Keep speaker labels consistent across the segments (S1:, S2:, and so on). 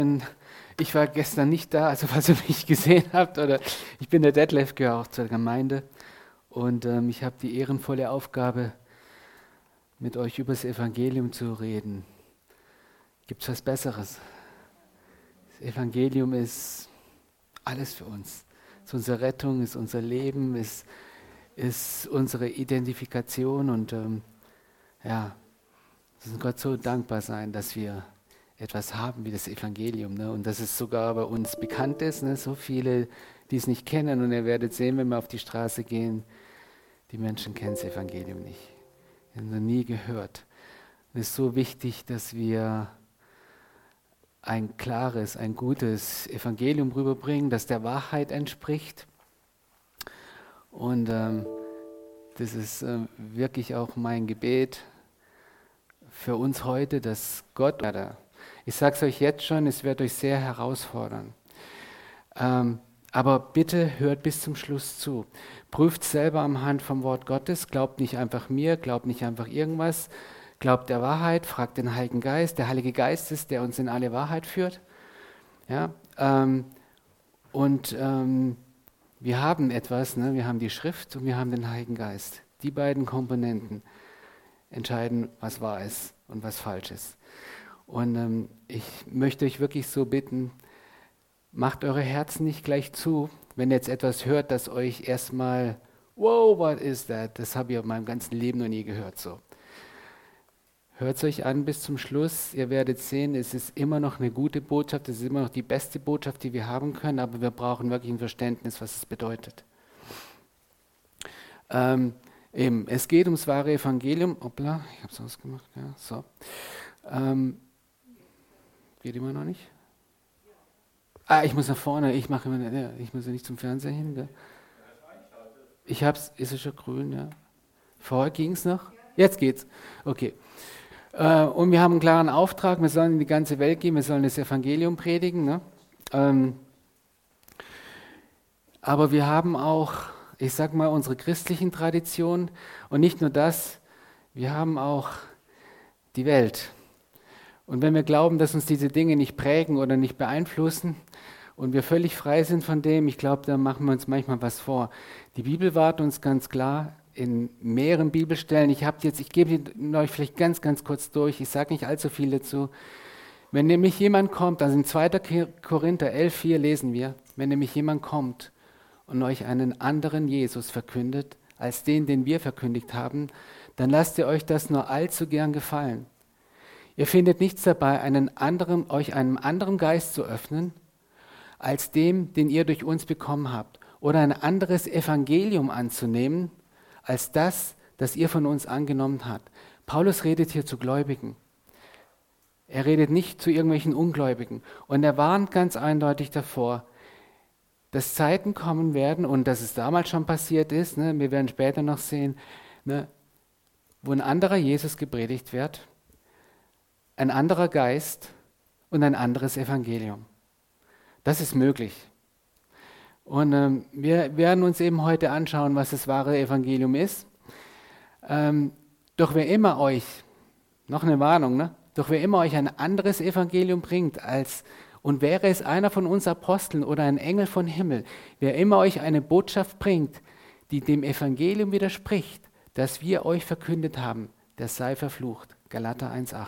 S1: Ich war gestern nicht da, also falls ihr mich gesehen habt, oder ich bin der Detlef, gehöre auch zur Gemeinde und ich habe die ehrenvolle Aufgabe, mit euch über das Evangelium zu reden. Gibt es was Besseres? Das Evangelium ist alles für uns. Ist unsere Rettung, ist unser Leben, ist unsere Identifikation und wir müssen Gott so dankbar sein, dass wir etwas haben wie das Evangelium, ne? Und dass es sogar bei uns bekannt ist, ne? So viele, die es nicht kennen, und ihr werdet sehen, wenn wir auf die Straße gehen, die Menschen kennen das Evangelium nicht. Die haben noch nie gehört. Und es ist so wichtig, dass wir ein klares, ein gutes Evangelium rüberbringen, das der Wahrheit entspricht. Und das ist wirklich auch mein Gebet für uns heute, dass Gott, ich sage es euch jetzt schon, es wird euch sehr herausfordern. Aber bitte hört bis zum Schluss zu. Prüft selber am Hand vom Wort Gottes, glaubt nicht einfach mir, glaubt nicht einfach irgendwas, glaubt der Wahrheit, fragt den Heiligen Geist. Der Heilige Geist ist, der uns in alle Wahrheit führt. Ja, wir haben etwas, ne? Wir haben die Schrift und wir haben den Heiligen Geist. Die beiden Komponenten entscheiden, was wahr ist und was falsch ist. Und ich möchte euch wirklich so bitten, macht eure Herzen nicht gleich zu, wenn ihr jetzt etwas hört, das euch erstmal, wow, what is that? Das habe ich in meinem ganzen Leben noch nie gehört. So. Hört es euch an bis zum Schluss. Ihr werdet sehen, es ist immer noch eine gute Botschaft, es ist immer noch die beste Botschaft, die wir haben können, aber wir brauchen wirklich ein Verständnis, was es bedeutet. Es geht ums wahre Evangelium. Hoppla, ich habe es ausgemacht. Ja, so. Geht immer noch nicht? Ich muss nach vorne. Ich muss ja nicht zum Fernseher hin. Gell? Ich hab's. Ist es schon grün? Ja. Vorher ging es noch? Jetzt geht's. Okay. Und wir haben einen klaren Auftrag. Wir sollen in die ganze Welt gehen. Wir sollen das Evangelium predigen. Ne? Aber wir haben auch, ich sag mal, unsere christlichen Traditionen. Und nicht nur das, wir haben auch die Welt. Und wenn wir glauben, dass uns diese Dinge nicht prägen oder nicht beeinflussen und wir völlig frei sind von dem, ich glaube, da machen wir uns manchmal was vor. Die Bibel wahrt uns ganz klar in mehreren Bibelstellen. Ich gebe euch vielleicht ganz, ganz kurz durch, ich sage nicht allzu viel dazu. Wenn nämlich jemand kommt, also in 2. Korinther 11,4 lesen wir, wenn nämlich jemand kommt und euch einen anderen Jesus verkündet, als den wir verkündigt haben, dann lasst ihr euch das nur allzu gern gefallen. Ihr findet nichts dabei, euch einem anderen Geist zu öffnen, als dem, den ihr durch uns bekommen habt, oder ein anderes Evangelium anzunehmen, als das ihr von uns angenommen habt. Paulus redet hier zu Gläubigen. Er redet nicht zu irgendwelchen Ungläubigen. Und er warnt ganz eindeutig davor, dass Zeiten kommen werden, und dass es damals schon passiert ist, ne, wir werden später noch sehen, ne, wo ein anderer Jesus gepredigt wird, ein anderer Geist und ein anderes Evangelium. Das ist möglich. Und wir werden uns eben heute anschauen, was das wahre Evangelium ist. Doch wer immer euch, noch eine Warnung, ne? Doch wer immer euch ein anderes Evangelium bringt, und wäre es einer von uns Aposteln oder ein Engel von Himmel, wer immer euch eine Botschaft bringt, die dem Evangelium widerspricht, das wir euch verkündet haben, der sei verflucht. Galater 1,8.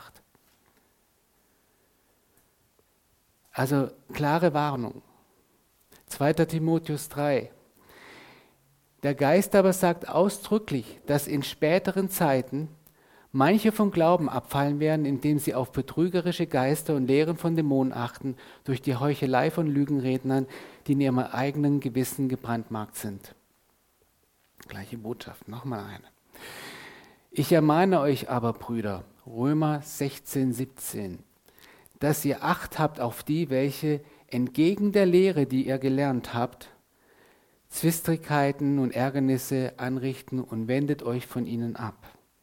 S1: Also klare Warnung. 2. Timotheus 3. Der Geist aber sagt ausdrücklich, dass in späteren Zeiten manche vom Glauben abfallen werden, indem sie auf betrügerische Geister und Lehren von Dämonen achten, durch die Heuchelei von Lügenrednern, die in ihrem eigenen Gewissen gebrandmarkt sind. Gleiche Botschaft, nochmal eine. Ich ermahne euch aber, Brüder, Römer 16,17, dass ihr Acht habt auf die, welche entgegen der Lehre, die ihr gelernt habt, Zwistigkeiten und Ärgernisse anrichten, und wendet euch von ihnen ab.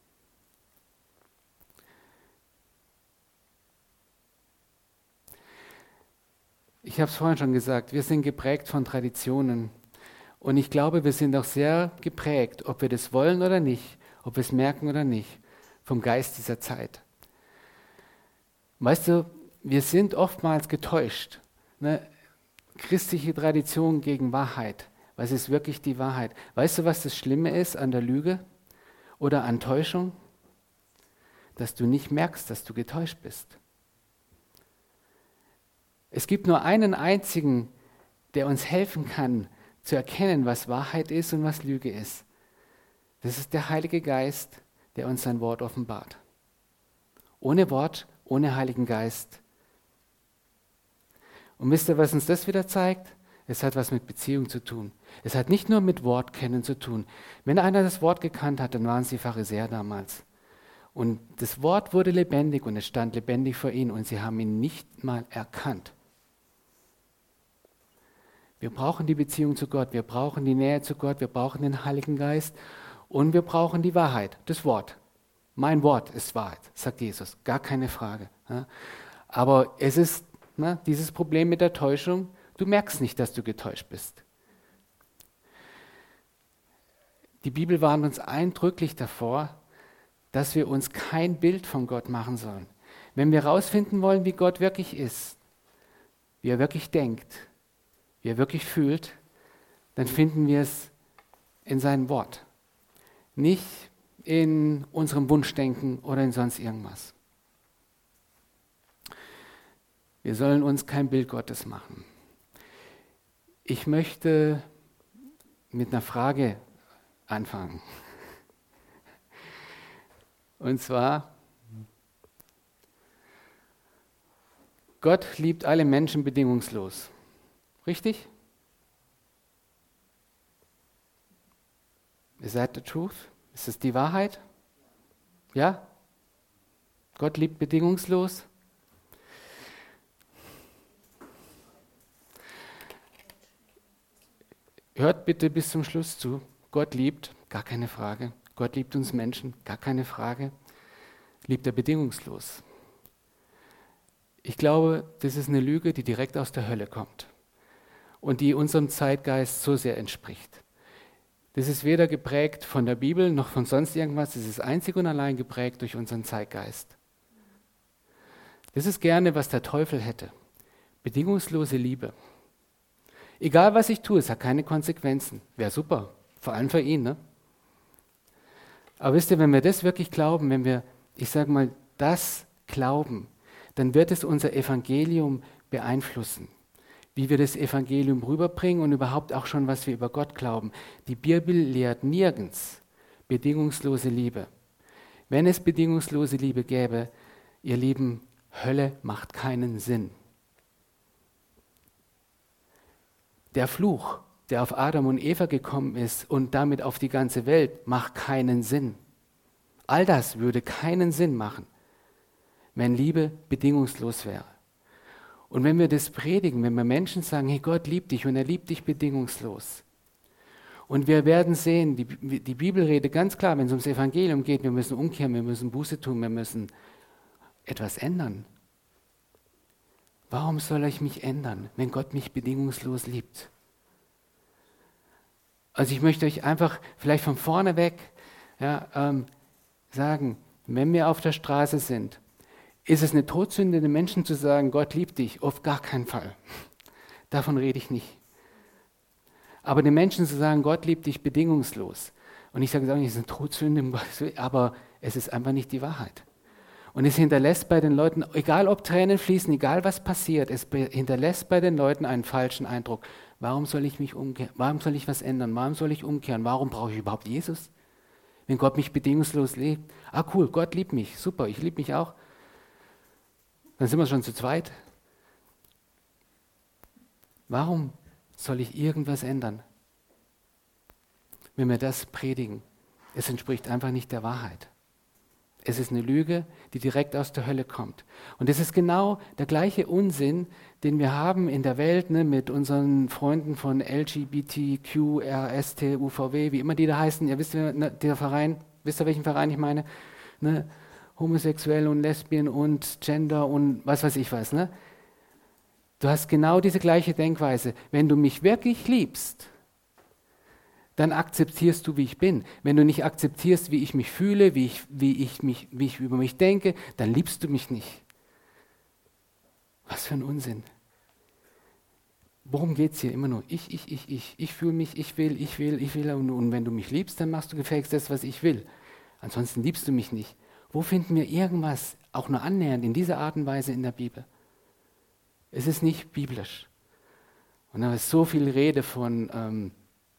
S1: Ich habe es vorhin schon gesagt, wir sind geprägt von Traditionen. Und ich glaube, wir sind auch sehr geprägt, ob wir das wollen oder nicht, ob wir es merken oder nicht, vom Geist dieser Zeit. Weißt du, wir sind oftmals getäuscht. Ne? Christliche Tradition gegen Wahrheit. Was ist wirklich die Wahrheit? Weißt du, was das Schlimme ist an der Lüge oder an Täuschung? Dass du nicht merkst, dass du getäuscht bist. Es gibt nur einen einzigen, der uns helfen kann, zu erkennen, was Wahrheit ist und was Lüge ist. Das ist der Heilige Geist, der uns sein Wort offenbart. Ohne Wort, ohne Heiligen Geist. Und wisst ihr, was uns das wieder zeigt? Es hat was mit Beziehung zu tun. Es hat nicht nur mit Wort kennen zu tun. Wenn einer das Wort gekannt hat, dann waren es die Pharisäer damals. Und das Wort wurde lebendig und es stand lebendig vor ihnen und sie haben ihn nicht mal erkannt. Wir brauchen die Beziehung zu Gott, wir brauchen die Nähe zu Gott, wir brauchen den Heiligen Geist und wir brauchen die Wahrheit, das Wort. Mein Wort ist Wahrheit, sagt Jesus, gar keine Frage. Aber es ist dieses Problem mit der Täuschung, du merkst nicht, dass du getäuscht bist. Die Bibel warnt uns eindrücklich davor, dass wir uns kein Bild von Gott machen sollen. Wenn wir herausfinden wollen, wie Gott wirklich ist, wie er wirklich denkt, wie er wirklich fühlt, dann finden wir es in seinem Wort. Nicht in unserem Wunschdenken oder in sonst irgendwas. Wir sollen uns kein Bild Gottes machen. Ich möchte mit einer Frage anfangen. Und zwar, Gott liebt alle Menschen bedingungslos. Richtig? Is that the truth? Ist es die Wahrheit? Ja? Gott liebt bedingungslos? Hört bitte bis zum Schluss zu. Gott liebt, gar keine Frage. Gott liebt uns Menschen, gar keine Frage. Liebt er bedingungslos? Ich glaube, das ist eine Lüge, die direkt aus der Hölle kommt und die unserem Zeitgeist so sehr entspricht. Das ist weder geprägt von der Bibel noch von sonst irgendwas, es ist einzig und allein geprägt durch unseren Zeitgeist. Das ist gerne, was der Teufel hätte. Bedingungslose Liebe. Egal, was ich tue, es hat keine Konsequenzen. Wäre super, vor allem für ihn. Ne? Aber wisst ihr, wenn wir das wirklich glauben, wenn wir, ich sage mal, das glauben, dann wird es unser Evangelium beeinflussen. Wie wir das Evangelium rüberbringen und überhaupt auch schon, was wir über Gott glauben. Die Bibel lehrt nirgends bedingungslose Liebe. Wenn es bedingungslose Liebe gäbe, ihr Lieben, Hölle macht keinen Sinn. Der Fluch, der auf Adam und Eva gekommen ist und damit auf die ganze Welt, macht keinen Sinn. All das würde keinen Sinn machen, wenn Liebe bedingungslos wäre. Und wenn wir das predigen, wenn wir Menschen sagen, hey, Gott liebt dich und er liebt dich bedingungslos. Und wir werden sehen, die Bibel redet ganz klar, wenn es ums Evangelium geht, wir müssen umkehren, wir müssen Buße tun, wir müssen etwas ändern. Warum soll ich mich ändern, wenn Gott mich bedingungslos liebt? Also ich möchte euch einfach vielleicht von vorne weg sagen, wenn wir auf der Straße sind, ist es eine Todsünde, den Menschen zu sagen, Gott liebt dich? Auf gar keinen Fall. Davon rede ich nicht. Aber den Menschen zu sagen, Gott liebt dich bedingungslos. Und ich sage auch nicht, es ist eine Todsünde, aber es ist einfach nicht die Wahrheit. Und es hinterlässt bei den Leuten, egal ob Tränen fließen, egal was passiert, es hinterlässt bei den Leuten einen falschen Eindruck. Warum soll ich mich umkehren? Warum soll ich was ändern? Warum soll ich umkehren? Warum brauche ich überhaupt Jesus? Wenn Gott mich bedingungslos liebt. Ah cool, Gott liebt mich. Super, ich liebe mich auch. Dann sind wir schon zu zweit. Warum soll ich irgendwas ändern, wenn wir das predigen? Es entspricht einfach nicht der Wahrheit. Es ist eine Lüge, die direkt aus der Hölle kommt. Und es ist genau der gleiche Unsinn, den wir haben in der Welt mit unseren Freunden von LGBTQ, RST, UVW, wie immer die da heißen. Ihr wisst, der Verein, wisst ihr, welchen Verein ich meine? Homosexuell und Lesbien und Gender und was weiß ich was. Du hast genau diese gleiche Denkweise. Wenn du mich wirklich liebst, dann akzeptierst du, wie ich bin. Wenn du nicht akzeptierst, wie ich mich fühle, wie ich über mich denke, dann liebst du mich nicht. Was für ein Unsinn. Worum geht es hier immer nur? Ich fühle mich, ich will. Und wenn du mich liebst, dann machst du gefälligst das, was ich will. Ansonsten liebst du mich nicht. Wo finden wir irgendwas, auch nur annähernd in dieser Art und Weise in der Bibel? Es ist nicht biblisch. Und da ist so viel Rede von,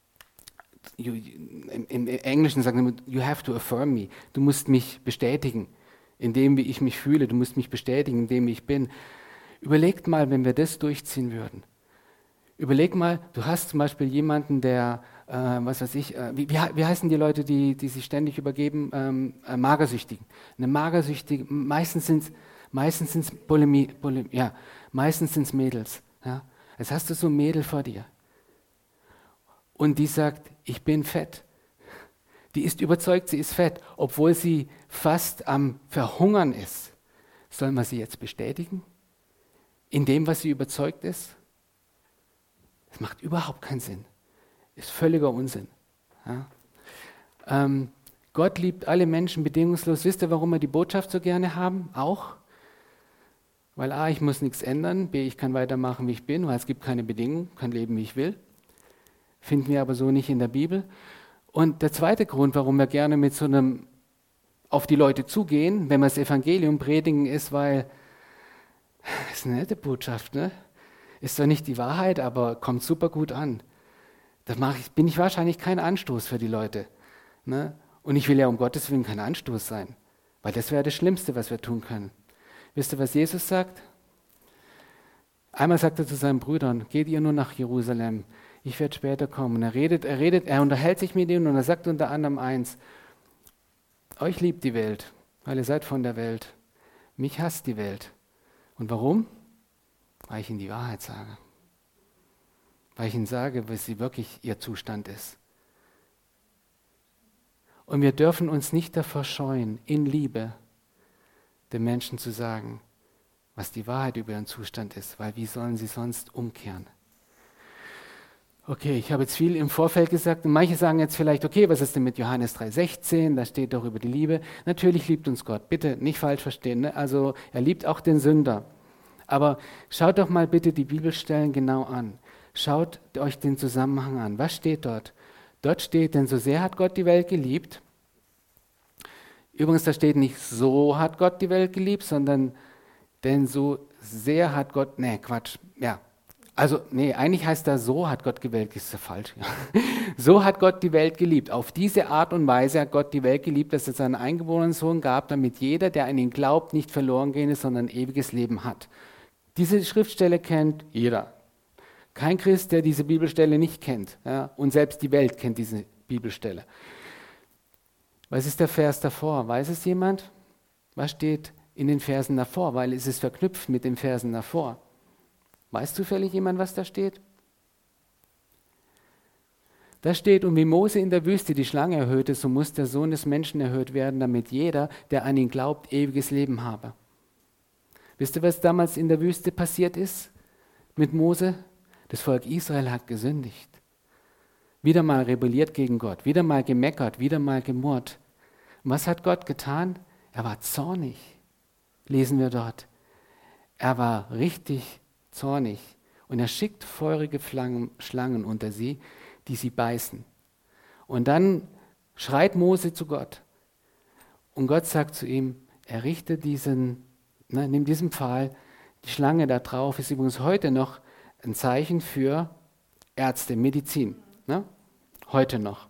S1: im Englischen sagen wir, you have to affirm me. Du musst mich bestätigen, in dem, wie ich mich fühle. Du musst mich bestätigen, in dem, wie ich bin. Überlegt mal, wenn wir das durchziehen würden. Überleg mal, du hast zum Beispiel jemanden, der, wie heißen die Leute, die sich ständig übergeben? Magersüchtigen. Eine Magersüchtige, meistens sind es meistens sind's Mädels. Ja? Jetzt hast du so ein Mädel vor dir. Und die sagt, ich bin fett. Die ist überzeugt, sie ist fett, obwohl sie fast am Verhungern ist. Soll man sie jetzt bestätigen? In dem, was sie überzeugt ist? Das macht überhaupt keinen Sinn. Ist völliger Unsinn. Ja? Gott liebt alle Menschen bedingungslos. Wisst ihr, warum wir die Botschaft so gerne haben? Auch. Weil A, ich muss nichts ändern. B, ich kann weitermachen, wie ich bin, weil es gibt keine Bedingungen, kann leben, wie ich will. Finden wir aber so nicht in der Bibel. Und der zweite Grund, warum wir gerne mit so einem auf die Leute zugehen, wenn wir das Evangelium predigen, ist, weil das ist eine nette Botschaft, ne? Ist zwar nicht die Wahrheit, aber kommt super gut an. Da bin ich wahrscheinlich kein Anstoß für die Leute. Ne? Und ich will ja um Gottes Willen kein Anstoß sein, weil das wäre das Schlimmste, was wir tun können. Wisst ihr, was Jesus sagt? Einmal sagt er zu seinen Brüdern, geht ihr nur nach Jerusalem, ich werde später kommen. Er unterhält sich mit ihnen und er sagt unter anderem eins, euch liebt die Welt, weil ihr seid von der Welt. Mich hasst die Welt. Und warum? Weil ich ihnen die Wahrheit sage. Weil ich ihnen sage, was sie wirklich ihr Zustand ist. Und wir dürfen uns nicht davor scheuen, in Liebe den Menschen zu sagen, was die Wahrheit über ihren Zustand ist, weil wie sollen sie sonst umkehren? Okay, ich habe jetzt viel im Vorfeld gesagt und manche sagen jetzt vielleicht, okay, was ist denn mit Johannes 3,16, da steht doch über die Liebe. Natürlich liebt uns Gott, bitte nicht falsch verstehen, ne? Also er liebt auch den Sünder. Aber schaut doch mal bitte die Bibelstellen genau an. Schaut euch den Zusammenhang an. Was steht dort? Dort steht, denn so sehr hat Gott die Welt geliebt. Übrigens, da steht nicht, so hat Gott die Welt geliebt, sondern denn so sehr hat Gott, eigentlich heißt da, so hat Gott die Welt, ist ja falsch. So hat Gott die Welt geliebt. Auf diese Art und Weise hat Gott die Welt geliebt, dass es seinen eingeborenen Sohn gab, damit jeder, der an ihn glaubt, nicht verloren gehen ist, sondern ein ewiges Leben hat. Diese Schriftstelle kennt jeder. Kein Christ, der diese Bibelstelle nicht kennt. Ja? Und selbst die Welt kennt diese Bibelstelle. Was ist der Vers davor? Weiß es jemand? Was steht in den Versen davor? Weil es ist verknüpft mit den Versen davor. Weiß zufällig jemand, was da steht? Da steht, und wie Mose in der Wüste die Schlange erhöhte, so muss der Sohn des Menschen erhöht werden, damit jeder, der an ihn glaubt, ewiges Leben habe. Wisst ihr, was damals in der Wüste passiert ist mit Mose? Das Volk Israel hat gesündigt. Wieder mal rebelliert gegen Gott, wieder mal gemeckert, wieder mal gemurrt. Und was hat Gott getan? Er war zornig, lesen wir dort. Er war richtig zornig und er schickt feurige Schlangen unter sie, die sie beißen. Und dann schreit Mose zu Gott. Und Gott sagt zu ihm, errichte nimm diesen Pfahl, die Schlange da drauf ist übrigens heute noch ein Zeichen für Ärzte, Medizin. Ne? Heute noch.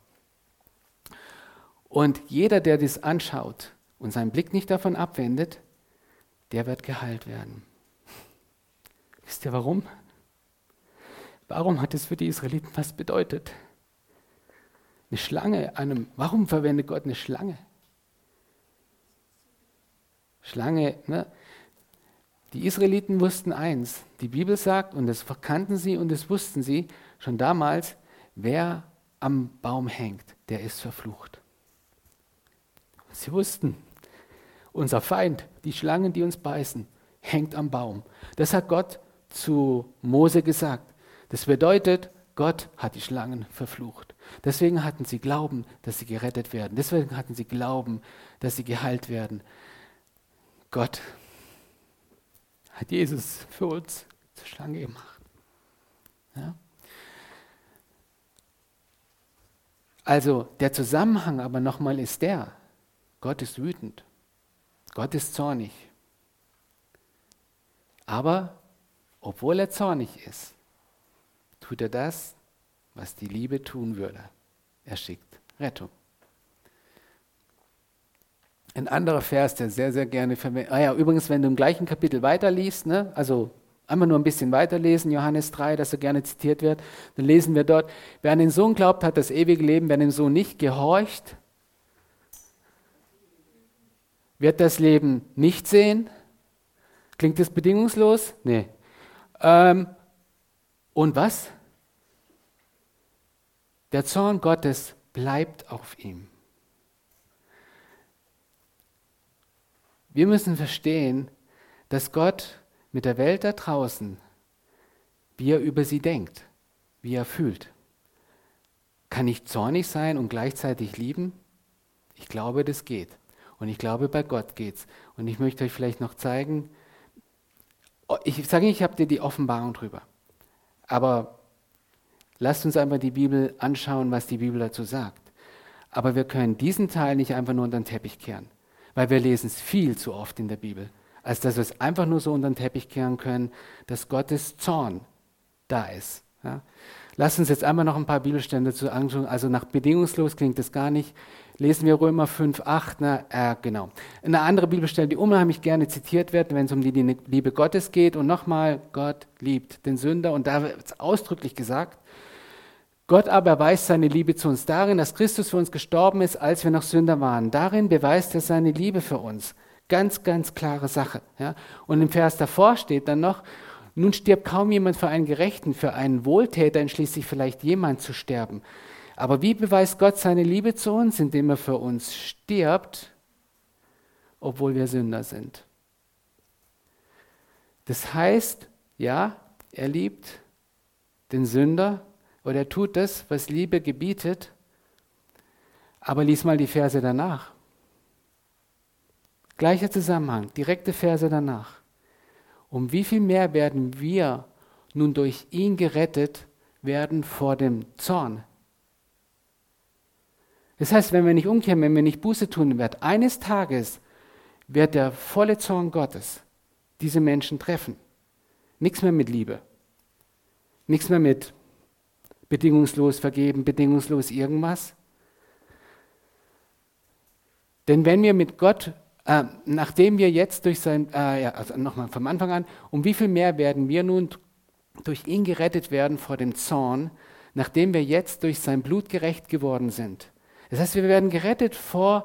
S1: Und jeder, der das anschaut und seinen Blick nicht davon abwendet, der wird geheilt werden. Wisst ihr warum? Warum hat es für die Israeliten was bedeutet? Eine Schlange, warum verwendet Gott eine Schlange? Schlange, ne? Die Israeliten wussten eins, die Bibel sagt, und das kannten sie und das wussten sie schon damals, wer am Baum hängt, der ist verflucht. Sie wussten, unser Feind, die Schlangen, die uns beißen, hängt am Baum. Das hat Gott zu Mose gesagt. Das bedeutet, Gott hat die Schlangen verflucht. Deswegen hatten sie Glauben, dass sie gerettet werden. Deswegen hatten sie Glauben, dass sie geheilt werden. Gott hat Jesus für uns zur Schlange gemacht. Ja? Also der Zusammenhang aber nochmal ist der, Gott ist wütend, Gott ist zornig. Aber obwohl er zornig ist, tut er das, was die Liebe tun würde. Er schickt Rettung. Ein anderer Vers, der sehr, sehr gerne verwendet. Übrigens, wenn du im gleichen Kapitel weiterliest, ne, also einmal nur ein bisschen weiterlesen, Johannes 3, das so gerne zitiert wird, dann lesen wir dort, wer an den Sohn glaubt, hat das ewige Leben, wer dem Sohn nicht gehorcht, wird das Leben nicht sehen. Klingt das bedingungslos? Nee. Und was? Der Zorn Gottes bleibt auf ihm. Wir müssen verstehen, dass Gott mit der Welt da draußen, wie er über sie denkt, wie er fühlt. Kann ich zornig sein und gleichzeitig lieben? Ich glaube, das geht. Und ich glaube, bei Gott geht's. Und ich möchte euch vielleicht noch zeigen, ich sage nicht, ich habe dir die Offenbarung drüber. Aber lasst uns einfach die Bibel anschauen, was die Bibel dazu sagt. Aber wir können diesen Teil nicht einfach nur unter den Teppich kehren. Weil wir lesen es viel zu oft in der Bibel, als dass wir es einfach nur so unter den Teppich kehren können, dass Gottes Zorn da ist. Ja? Lasst uns jetzt einmal noch ein paar Bibelstellen dazu anschauen. Also nach bedingungslos klingt das gar nicht. Lesen wir Römer 5, 8. Genau. Eine andere Bibelstelle, die unheimlich gerne zitiert wird, wenn es um die Liebe Gottes geht. Und nochmal, Gott liebt den Sünder. Und da wird es ausdrücklich gesagt, Gott aber erweist seine Liebe zu uns darin, dass Christus für uns gestorben ist, als wir noch Sünder waren. Darin beweist er seine Liebe für uns. Ganz, ganz klare Sache. Ja? Und im Vers davor steht dann noch, nun stirbt kaum jemand für einen Gerechten, für einen Wohltäter entschließt vielleicht jemand zu sterben. Aber wie beweist Gott seine Liebe zu uns? Indem er für uns stirbt, obwohl wir Sünder sind. Das heißt, ja, er liebt den Sünder, oder er tut das, was Liebe gebietet, aber lies mal die Verse danach. Gleicher Zusammenhang, direkte Verse danach. Um wie viel mehr werden wir nun durch ihn gerettet werden vor dem Zorn? Das heißt, wenn wir nicht umkehren, wenn wir nicht Buße tun werden, eines Tages wird der volle Zorn Gottes diese Menschen treffen. Nichts mehr mit Liebe. Nichts mehr mit bedingungslos vergeben, bedingungslos irgendwas. Denn wenn wir mit Gott, nachdem wir jetzt durch sein, also nochmal vom Anfang an, um wie viel mehr werden wir nun durch ihn gerettet werden vor dem Zorn, nachdem wir jetzt durch sein Blut gerecht geworden sind. Das heißt, wir werden gerettet vor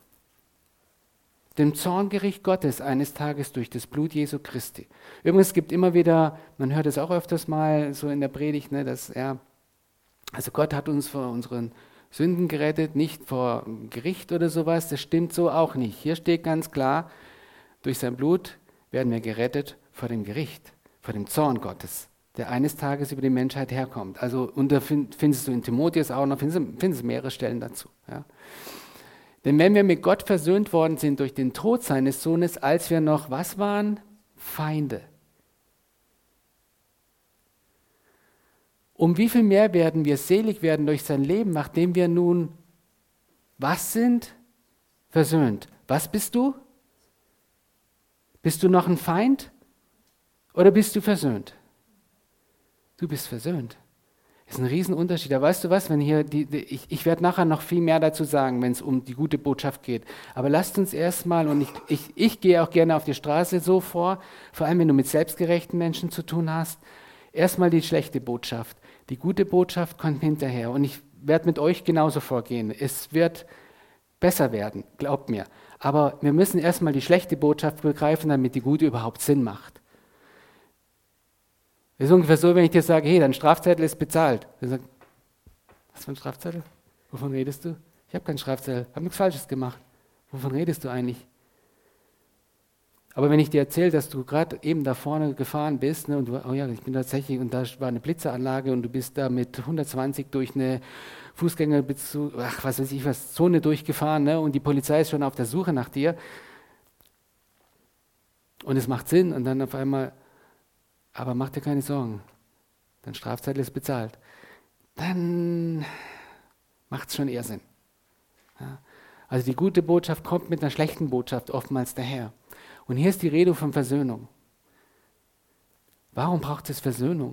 S1: dem Zorngericht Gottes eines Tages durch das Blut Jesu Christi. Übrigens, es gibt immer wieder, man hört es auch öfters mal so in der Predigt, ne, dass also Gott hat uns vor unseren Sünden gerettet, nicht vor Gericht oder sowas. Das stimmt so auch nicht. Hier steht ganz klar, durch sein Blut werden wir gerettet vor dem Gericht, vor dem Zorn Gottes, der eines Tages über die Menschheit herkommt. Also, und da findest du in Timotheus auch noch, findest du mehrere Stellen dazu. Ja. Denn wenn wir mit Gott versöhnt worden sind durch den Tod seines Sohnes, als wir noch, was waren? Feinde. Um wie viel mehr werden wir selig werden durch sein Leben, nachdem wir nun, was sind? Versöhnt. Was bist du? Bist du noch ein Feind? Oder bist du versöhnt? Du bist versöhnt. Das ist ein Riesenunterschied. Da weißt du was, wenn hier, ich werde nachher noch viel mehr dazu sagen, wenn es um die gute Botschaft geht. Aber lasst uns erstmal, und ich gehe auch gerne auf die Straße so vor, vor allem wenn du mit selbstgerechten Menschen zu tun hast, erstmal die schlechte Botschaft. Die gute Botschaft kommt hinterher. Und ich werde mit euch genauso vorgehen. Es wird besser werden, glaubt mir. Aber wir müssen erstmal die schlechte Botschaft begreifen, damit die gute überhaupt Sinn macht. Es ist ungefähr so, wenn ich dir sage, hey, dein Strafzettel ist bezahlt. Du sagst, was für ein Strafzettel? Wovon redest du? Ich habe keinen Strafzettel, habe nichts Falsches gemacht. Wovon redest du eigentlich? Aber wenn ich dir erzähle, dass du gerade eben da vorne gefahren bist, ne, und du, oh ja, ich bin tatsächlich, und da war eine Blitzeranlage und du bist da mit 120 durch eine Zone durchgefahren, ne, und die Polizei ist schon auf der Suche nach dir. Und es macht Sinn und dann auf einmal, aber mach dir keine Sorgen, dein Strafzettel ist bezahlt. Dann macht es schon eher Sinn. Ja? Also die gute Botschaft kommt mit einer schlechten Botschaft oftmals daher. Und hier ist die Rede von Versöhnung. Warum braucht es Versöhnung?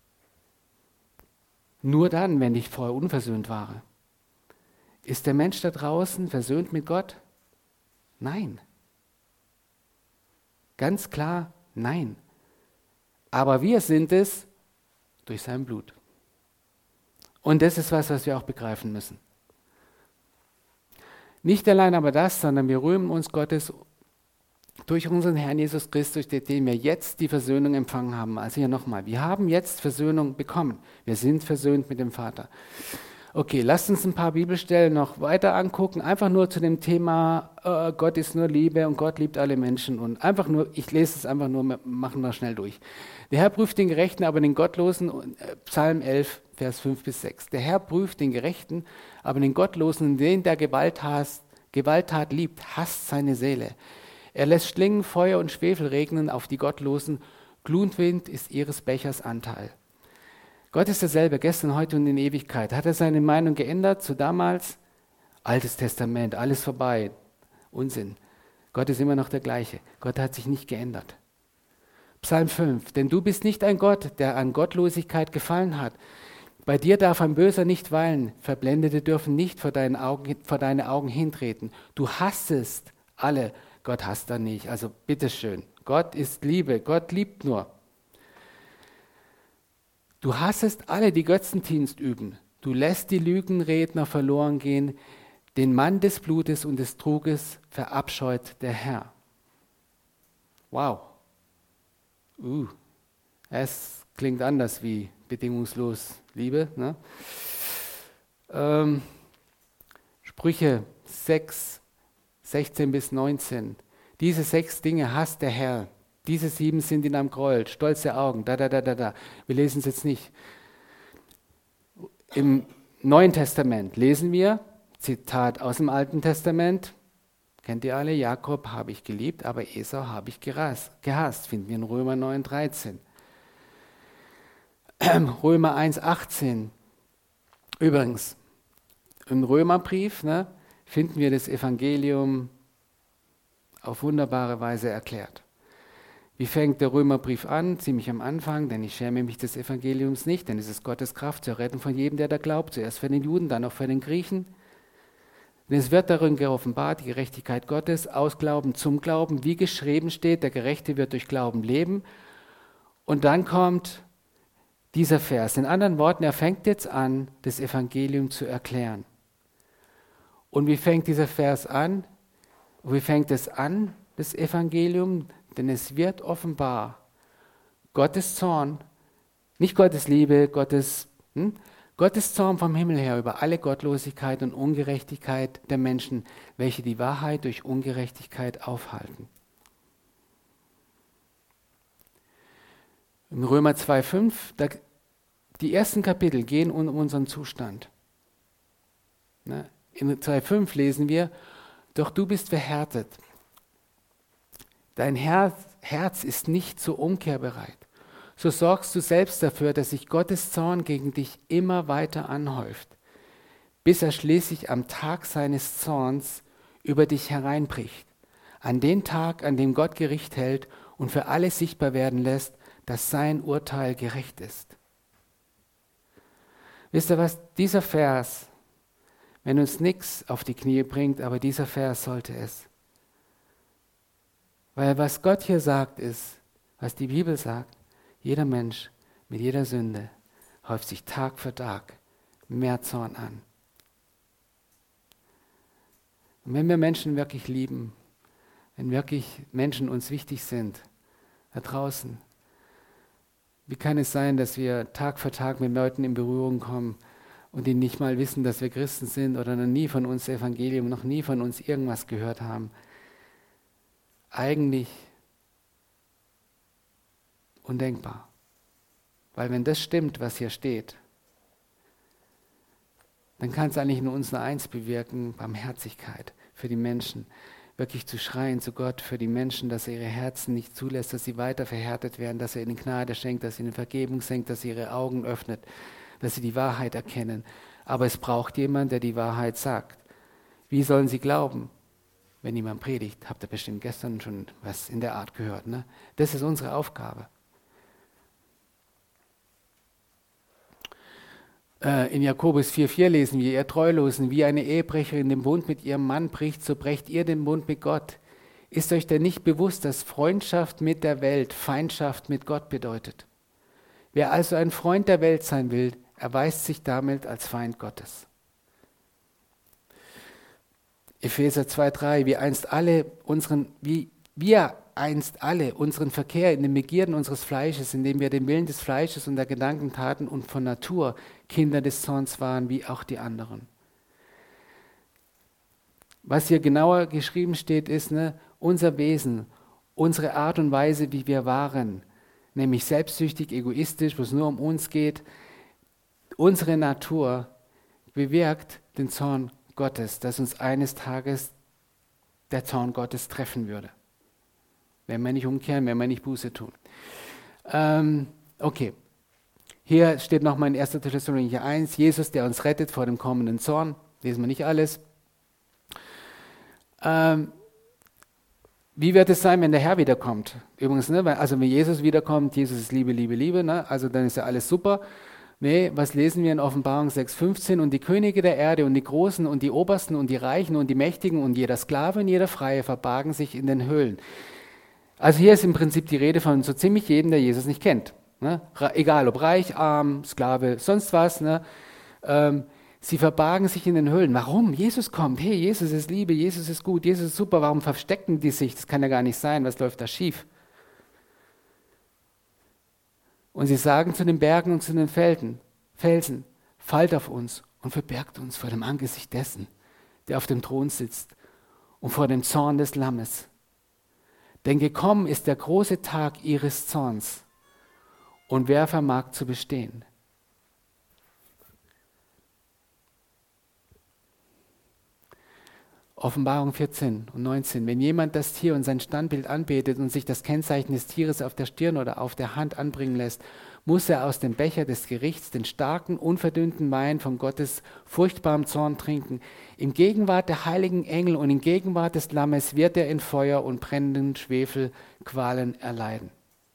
S1: Nur dann, wenn ich vorher unversöhnt war. Ist der Mensch da draußen versöhnt mit Gott? Nein. Ganz klar, nein. Aber wir sind es durch sein Blut. Und das ist was wir auch begreifen müssen. Nicht allein aber das, sondern wir rühmen uns Gottes durch unseren Herrn Jesus Christus, durch den wir jetzt die Versöhnung empfangen haben. Also hier nochmal, wir haben jetzt Versöhnung bekommen. Wir sind versöhnt mit dem Vater. Okay, lasst uns ein paar Bibelstellen noch weiter angucken, einfach nur zu dem Thema, Gott ist nur Liebe und Gott liebt alle Menschen. Und einfach nur, ich lese es einfach nur, machen wir schnell durch. Der Herr prüft den Gerechten, aber den Gottlosen, Psalm 11, Vers 5 bis 6. Der Herr prüft den Gerechten, aber den Gottlosen, den der Gewalttat liebt, hasst seine Seele. Er lässt Schlingen, Feuer und Schwefel regnen auf die Gottlosen. Glutwind ist ihres Bechers Anteil. Gott ist derselbe, gestern, heute und in Ewigkeit. Hat er seine Meinung geändert zu damals? Altes Testament, alles vorbei. Unsinn. Gott ist immer noch der gleiche. Gott hat sich nicht geändert. Psalm 5. Denn du bist nicht ein Gott, der an Gottlosigkeit gefallen hat. Bei dir darf ein Böser nicht weilen. Verblendete dürfen nicht vor deine Augen hintreten. Du hassest alle. Gott hasst da nicht. Also bitteschön. Gott ist Liebe. Gott liebt nur. Du hassest alle, die Götzendienst üben. Du lässt die Lügenredner verloren gehen. Den Mann des Blutes und des Truges verabscheut der Herr. Wow. Es klingt anders wie bedingungslos Liebe. Ne? Sprüche 6, 16 bis 19. Diese 6 Dinge hasst der Herr. Diese 7 sind in einem Gräuel, stolze Augen, da. Wir lesen es jetzt nicht. Im Neuen Testament lesen wir, Zitat aus dem Alten Testament, kennt ihr alle, Jakob habe ich geliebt, aber Esau habe ich gehasst, finden wir in Römer 9, 13. Römer 1, 18. Übrigens, im Römerbrief finden wir das Evangelium auf wunderbare Weise erklärt. Wie fängt der Römerbrief an? Ziemlich am Anfang, denn ich schäme mich des Evangeliums nicht, denn es ist Gottes Kraft zur Rettung von jedem, der da glaubt, zuerst für den Juden, dann auch für den Griechen. Denn es wird darin geoffenbart, die Gerechtigkeit Gottes, aus Glauben zum Glauben, wie geschrieben steht, der Gerechte wird durch Glauben leben. Und dann kommt dieser Vers. In anderen Worten, er fängt jetzt an, das Evangelium zu erklären. Und wie fängt dieser Vers an? Wie fängt es an, das Evangelium? Denn es wird offenbar, Gottes Zorn, nicht Gottes Liebe, Gottes Zorn vom Himmel her über alle Gottlosigkeit und Ungerechtigkeit der Menschen, welche die Wahrheit durch Ungerechtigkeit aufhalten. In Römer 2,5, die ersten Kapitel gehen um unseren Zustand. In 2,5 lesen wir, doch du bist verhärtet. Dein Herz ist nicht zur Umkehr bereit. So sorgst du selbst dafür, dass sich Gottes Zorn gegen dich immer weiter anhäuft, bis er schließlich am Tag seines Zorns über dich hereinbricht. An den Tag, an dem Gott Gericht hält und für alle sichtbar werden lässt, dass sein Urteil gerecht ist. Wisst ihr was? Dieser Vers, wenn uns nichts auf die Knie bringt, aber dieser Vers sollte es. Weil was Gott hier sagt ist, was die Bibel sagt, jeder Mensch mit jeder Sünde häuft sich Tag für Tag mehr Zorn an. Und wenn wir Menschen wirklich lieben, wenn wirklich Menschen uns wichtig sind, da draußen, wie kann es sein, dass wir Tag für Tag mit Leuten in Berührung kommen und die nicht mal wissen, dass wir Christen sind oder noch nie von uns Evangelium, noch nie von uns irgendwas gehört haben? Eigentlich undenkbar. Weil wenn das stimmt, was hier steht, dann kann es eigentlich in uns nur eins bewirken, Barmherzigkeit für die Menschen. wirklich zu schreien zu Gott für die Menschen, dass er ihre Herzen nicht zulässt, dass sie weiter verhärtet werden, dass er ihnen Gnade schenkt, dass er ihnen Vergebung schenkt, dass er ihre Augen öffnet, dass sie die Wahrheit erkennen. Aber es braucht jemand, der die Wahrheit sagt. Wie sollen sie glauben, wenn jemand predigt? Habt ihr bestimmt gestern schon was in der Art gehört, ne? Das ist unsere Aufgabe. In Jakobus 4,4 lesen wir, ihr Treulosen, wie eine Ehebrecherin den Bund mit ihrem Mann bricht, so brecht ihr den Bund mit Gott. Ist euch denn nicht bewusst, dass Freundschaft mit der Welt Feindschaft mit Gott bedeutet? Wer also ein Freund der Welt sein will, erweist sich damit als Feind Gottes. Epheser 2,3, wir einst alle unseren Verkehr in den Begierden unseres Fleisches, indem wir den Willen des Fleisches und der Gedanken taten und von Natur Kinder des Zorns waren, wie auch die anderen. Was hier genauer geschrieben steht, ist, unser Wesen, unsere Art und Weise, wie wir waren, nämlich selbstsüchtig, egoistisch, wo es nur um uns geht, unsere Natur bewirkt den Zorn Gottes, dass uns eines Tages der Zorn Gottes treffen würde. Wenn wir nicht umkehren, wenn wir nicht Buße tun. Okay, hier steht nochmal in 1. Thessalonicher 1, Jesus, der uns rettet vor dem kommenden Zorn. Lesen wir nicht alles. Wie wird es sein, wenn der Herr wiederkommt? Übrigens, also wenn Jesus wiederkommt, Jesus ist Liebe, Liebe, Liebe, also dann ist ja alles super. Nee, was lesen wir in Offenbarung 6,15? Und die Könige der Erde und die Großen und die Obersten und die Reichen und die Mächtigen und jeder Sklave und jeder Freie verbargen sich in den Höhlen. Also hier ist im Prinzip die Rede von so ziemlich jedem, der Jesus nicht kennt. Egal ob reich, arm, Sklave, sonst was. Sie verbargen sich in den Höhlen. Warum? Jesus kommt. Hey, Jesus ist Liebe, Jesus ist gut, Jesus ist super. Warum verstecken die sich? Das kann ja gar nicht sein. Was läuft da schief? Und sie sagen zu den Bergen und zu den Felsen, fallt auf uns und verbergt uns vor dem Angesicht dessen, der auf dem Thron sitzt und vor dem Zorn des Lammes. Denn gekommen ist der große Tag ihres Zorns. Und wer vermag zu bestehen? Offenbarung 14 und 19. Wenn jemand das Tier und sein Standbild anbetet und sich das Kennzeichen des Tieres auf der Stirn oder auf der Hand anbringen lässt, muss er aus dem Becher des Gerichts den starken, unverdünnten Wein von Gottes furchtbarem Zorn trinken. In Gegenwart der heiligen Engel und in Gegenwart des Lammes wird er in Feuer und brennenden Schwefelqualen erleiden.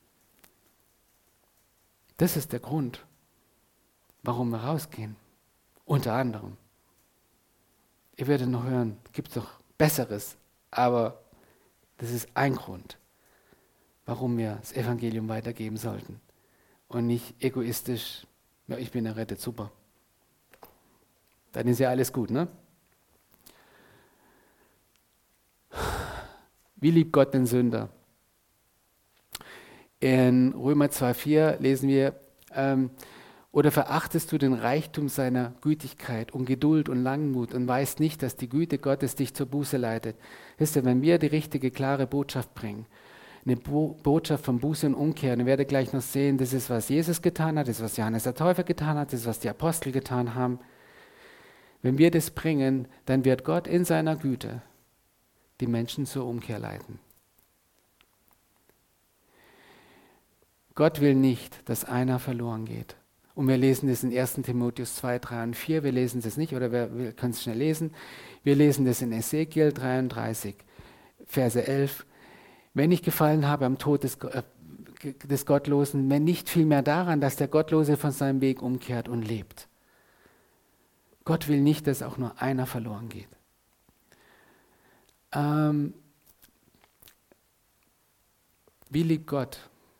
S1: Das ist der Grund, warum wir rausgehen. Unter anderem. Ihr werdet noch hören, gibt es doch Besseres, aber das ist ein Grund, warum wir das Evangelium weitergeben sollten. Und nicht egoistisch, ja, ich bin errettet, super. Dann ist ja alles gut, ne? Wie liebt Gott den Sünder? In Römer 2,4 lesen wir, oder verachtest du den Reichtum seiner Gütigkeit und Geduld und Langmut und weißt nicht, dass die Güte Gottes dich zur Buße leitet? Wisst ihr, wenn wir die richtige, klare Botschaft bringen, eine Botschaft von Buße und Umkehr, und ihr werdet gleich noch sehen, das ist, was Jesus getan hat, das ist, was Johannes der Täufer getan hat, das ist, was die Apostel getan haben. Wenn wir das bringen, dann wird Gott in seiner Güte die Menschen zur Umkehr leiten. Gott will nicht, dass einer verloren geht. Und wir lesen das in 1. Timotheus 2, 3 und 4. Wir lesen das nicht, oder wir können es schnell lesen. Wir lesen das in Ezekiel 33, Verse 11. Wenn ich gefallen habe am Tod des Gottlosen, wenn nicht vielmehr daran, dass der Gottlose von seinem Weg umkehrt und lebt. Gott will nicht, dass auch nur einer verloren geht. Wie liebt Gott?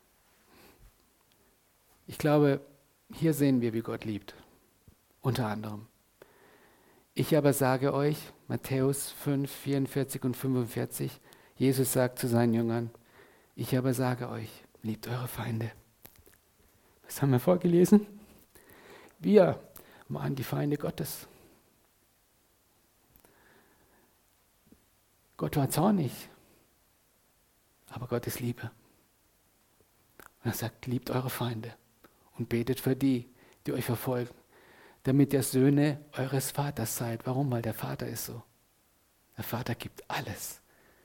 S1: Ich glaube, hier sehen wir, wie Gott liebt. Unter anderem. Ich aber sage euch, Matthäus 5, 44 und 45, Jesus sagt zu seinen Jüngern, ich aber sage euch, liebt eure Feinde. Was haben wir vorgelesen? Wir waren die Feinde Gottes. Gott war zornig, aber Gott ist Liebe. Und er sagt, liebt eure Feinde und betet für die, die euch verfolgen, damit ihr Söhne eures Vaters seid. Warum? Weil der Vater ist so. Der Vater gibt alles.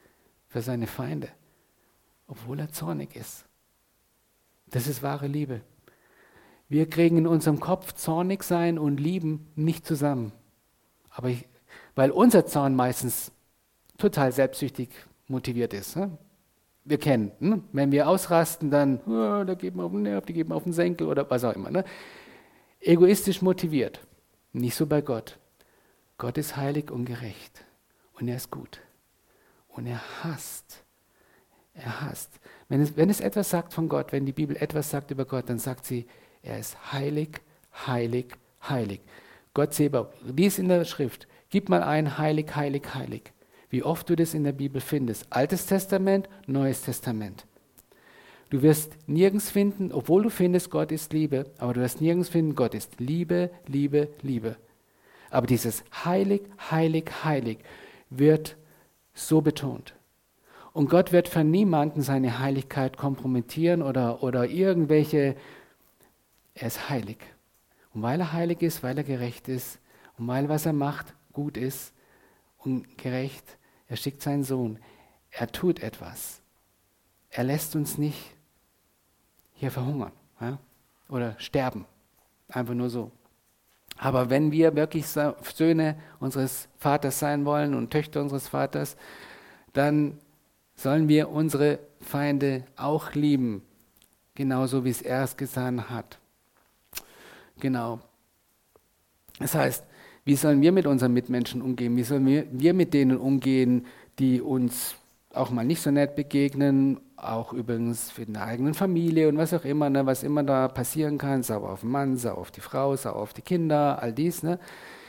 S1: für seine Feinde, obwohl er zornig ist. Das ist wahre Liebe. Wir kriegen in unserem Kopf zornig sein und lieben nicht zusammen. Weil unser Zorn meistens total selbstsüchtig motiviert ist. Ne? Wir kennen, ne? Wenn wir ausrasten, dann, da geht man auf den Nerv, die geben auf den Senkel oder was auch immer. Ne? Egoistisch motiviert. Nicht so bei Gott. Gott ist heilig und gerecht. Und er ist gut. Und er hasst. Er hasst. Wenn es etwas sagt von Gott, wenn die Bibel etwas sagt über Gott, dann sagt sie, er ist heilig, heilig, heilig. Gott Zebaoth, lies in der Schrift, gib mal ein, heilig, heilig, heilig. Wie oft du das in der Bibel findest. Altes Testament, Neues Testament. Du wirst nirgends finden, obwohl du findest, Gott ist Liebe, aber du wirst nirgends finden, Gott ist Liebe, Liebe, Liebe. Aber dieses heilig, heilig, heilig wird so betont. Und Gott wird für niemanden seine Heiligkeit kompromittieren oder irgendwelche. Er ist heilig. Und weil er heilig ist, weil er gerecht ist und weil was er macht gut ist und gerecht, er schickt seinen Sohn. Er tut etwas. Er lässt uns nicht hier verhungern, ja? Oder sterben. Einfach nur so. Aber wenn wir wirklich Söhne unseres Vaters sein wollen und Töchter unseres Vaters, dann sollen wir unsere Feinde auch lieben, genauso wie er es getan hat. Genau. Das heißt, wie sollen wir mit unseren Mitmenschen umgehen? Wie sollen wir mit denen umgehen, die uns auch mal nicht so nett begegnen, auch übrigens für die eigene Familie und was auch immer, ne, was immer da passieren kann, sauer auf den Mann, sauer auf die Frau, sauer auf die Kinder, all dies. Ne.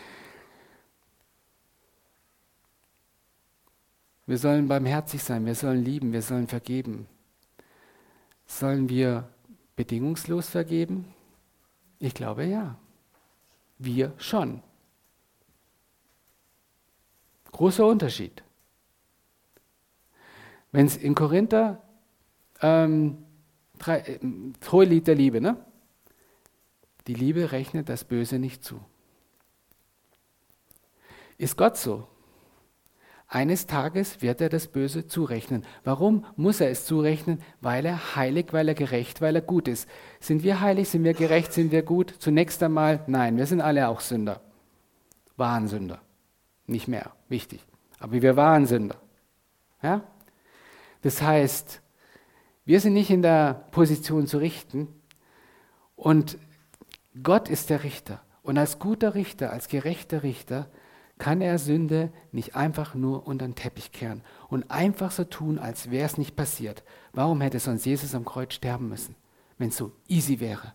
S1: Wir sollen barmherzig sein, wir sollen lieben, wir sollen vergeben. Sollen wir bedingungslos vergeben? Ich glaube ja. Wir schon. Großer Unterschied. Wenn es in Korinther, Hohelied der Liebe, ne? Die Liebe rechnet das Böse nicht zu. Ist Gott so? Eines Tages wird er das Böse zurechnen. Warum muss er es zurechnen? Weil er heilig, weil er gerecht, weil er gut ist. Sind wir heilig, sind wir gerecht, sind wir gut? Zunächst einmal, nein, wir sind alle auch Sünder. Waren Sünder. Nicht mehr, wichtig. Aber wir waren Sünder. Ja? Das heißt, wir sind nicht in der Position zu richten und Gott ist der Richter. Und als guter Richter, als gerechter Richter, kann er Sünde nicht einfach nur unter den Teppich kehren und einfach so tun, als wäre es nicht passiert. Warum hätte sonst Jesus am Kreuz sterben müssen, wenn es so easy wäre?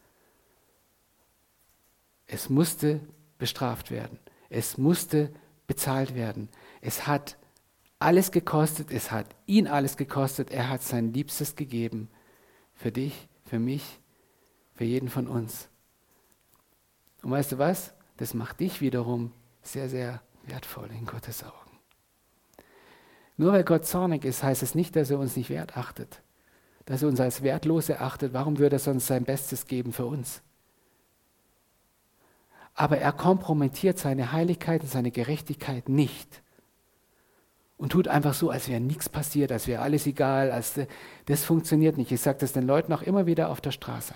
S1: Es musste bestraft werden. Es musste bezahlt werden. Es hat alles gekostet, es hat ihn alles gekostet. Er hat sein Liebstes gegeben. Für dich, für mich, für jeden von uns. Und weißt du was? Das macht dich wiederum sehr, sehr wertvoll in Gottes Augen. Nur weil Gott zornig ist, heißt es nicht, dass er uns nicht wert achtet. Dass er uns als wertlos erachtet. Warum würde er sonst sein Bestes geben für uns? Aber er kompromittiert seine Heiligkeit und seine Gerechtigkeit nicht. Und tut einfach so, als wäre nichts passiert, als wäre alles egal. Das funktioniert nicht. Ich sage das den Leuten auch immer wieder auf der Straße.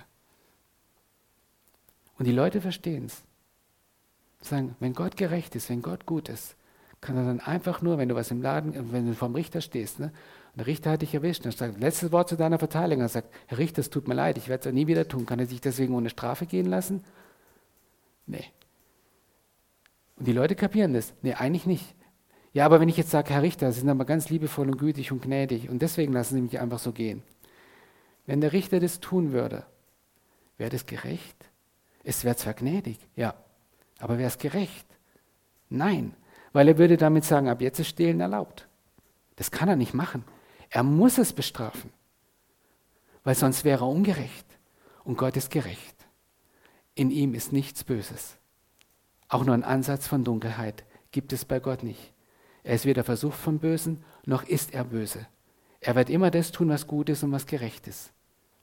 S1: Und die Leute verstehen es. Sagen, wenn Gott gerecht ist, wenn Gott gut ist, kann er dann einfach nur, wenn du was im Laden, wenn du vorm Richter stehst, ne, und der Richter hat dich erwischt, und sagt, letztes Wort zu deiner Verteidigung, er sagt, Herr Richter, es tut mir leid, ich werde es auch nie wieder tun. Kann er sich deswegen ohne Strafe gehen lassen? Nee. Und die Leute kapieren das. Nee, eigentlich nicht. Ja, aber wenn ich jetzt sage, Herr Richter, Sie sind aber ganz liebevoll und gütig und gnädig und deswegen lassen Sie mich einfach so gehen. Wenn der Richter das tun würde, wäre das gerecht? Es wäre zwar gnädig, ja, aber wäre es gerecht? Nein, weil er würde damit sagen, ab jetzt ist Stehlen erlaubt. Das kann er nicht machen. Er muss es bestrafen, weil sonst wäre er ungerecht. Und Gott ist gerecht. In ihm ist nichts Böses. Auch nur ein Ansatz von Dunkelheit gibt es bei Gott nicht. Er ist weder versucht vom Bösen, noch ist er böse. Er wird immer das tun, was gut ist und was gerecht ist.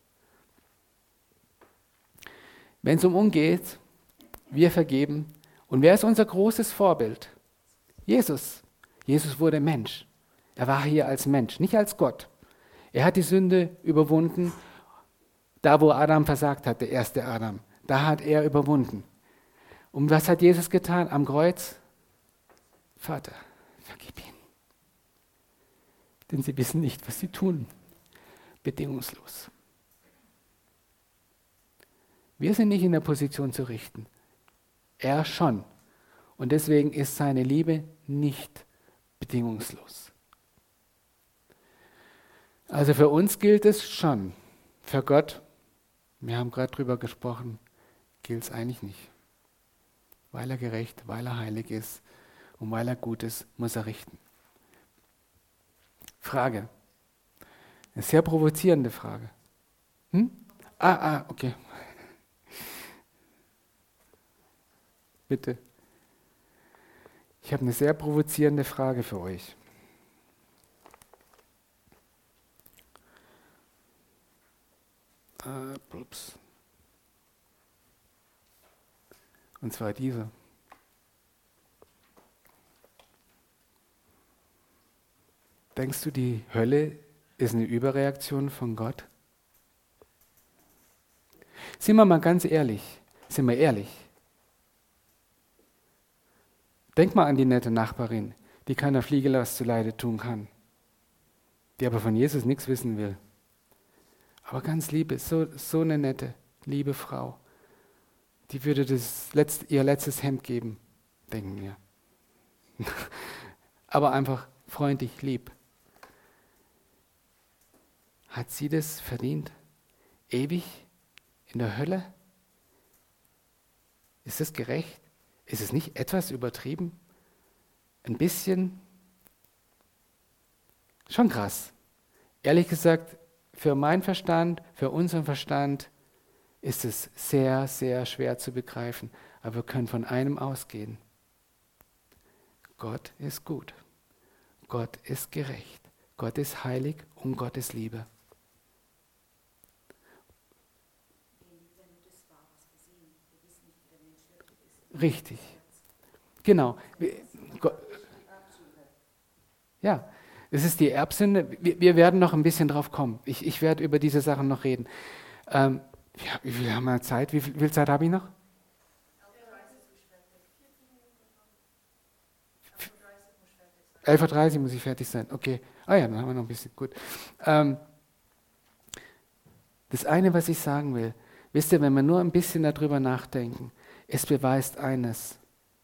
S1: Wenn es um geht, wir vergeben. Und wer ist unser großes Vorbild? Jesus. Jesus wurde Mensch. Er war hier als Mensch, nicht als Gott. Er hat die Sünde überwunden, da wo Adam versagt hat, der erste Adam. Da hat er überwunden. Und was hat Jesus getan am Kreuz? Vater, vergib ihnen. Denn sie wissen nicht, was sie tun. Bedingungslos. Wir sind nicht in der Position zu richten. Er schon. Und deswegen ist seine Liebe nicht bedingungslos. Also für uns gilt es schon. Für Gott, wir haben gerade drüber gesprochen, gilt es eigentlich nicht. Weil er gerecht, weil er heilig ist und weil er gut ist, muss er richten. Frage. Eine sehr provozierende Frage. Okay. Bitte. Ich habe eine sehr provozierende Frage für euch. Und zwar diese. Denkst du, die Hölle ist eine Überreaktion von Gott? Sind wir mal ganz ehrlich. Sind wir ehrlich? Denk mal an die nette Nachbarin, die keiner Fliege was zuleide tun kann, die aber von Jesus nichts wissen will. Aber ganz lieb ist so eine nette, liebe Frau. Die würde ihr letztes Hemd geben, denken wir. Aber einfach freundlich, lieb. Hat sie das verdient? Ewig in der Hölle? Ist es gerecht? Ist es nicht etwas übertrieben? Ein bisschen? Schon krass. Ehrlich gesagt, für meinen Verstand, für unseren Verstand ist es sehr, sehr schwer zu begreifen. Aber wir können von einem ausgehen. Gott ist gut. Gott ist gerecht. Gott ist heilig und Gott ist Liebe. Richtig. Genau. Ja, es ist die Erbsünde. Wir werden noch ein bisschen drauf kommen. Ich werde über diese Sachen noch reden. Wie viel haben wir Zeit? Wie viel Zeit habe ich noch? 11:30 Uhr muss ich fertig sein. Okay. Ja, dann haben wir noch ein bisschen. Gut. Das eine, was ich sagen will, wisst ihr, wenn wir nur ein bisschen darüber nachdenken, es beweist eines.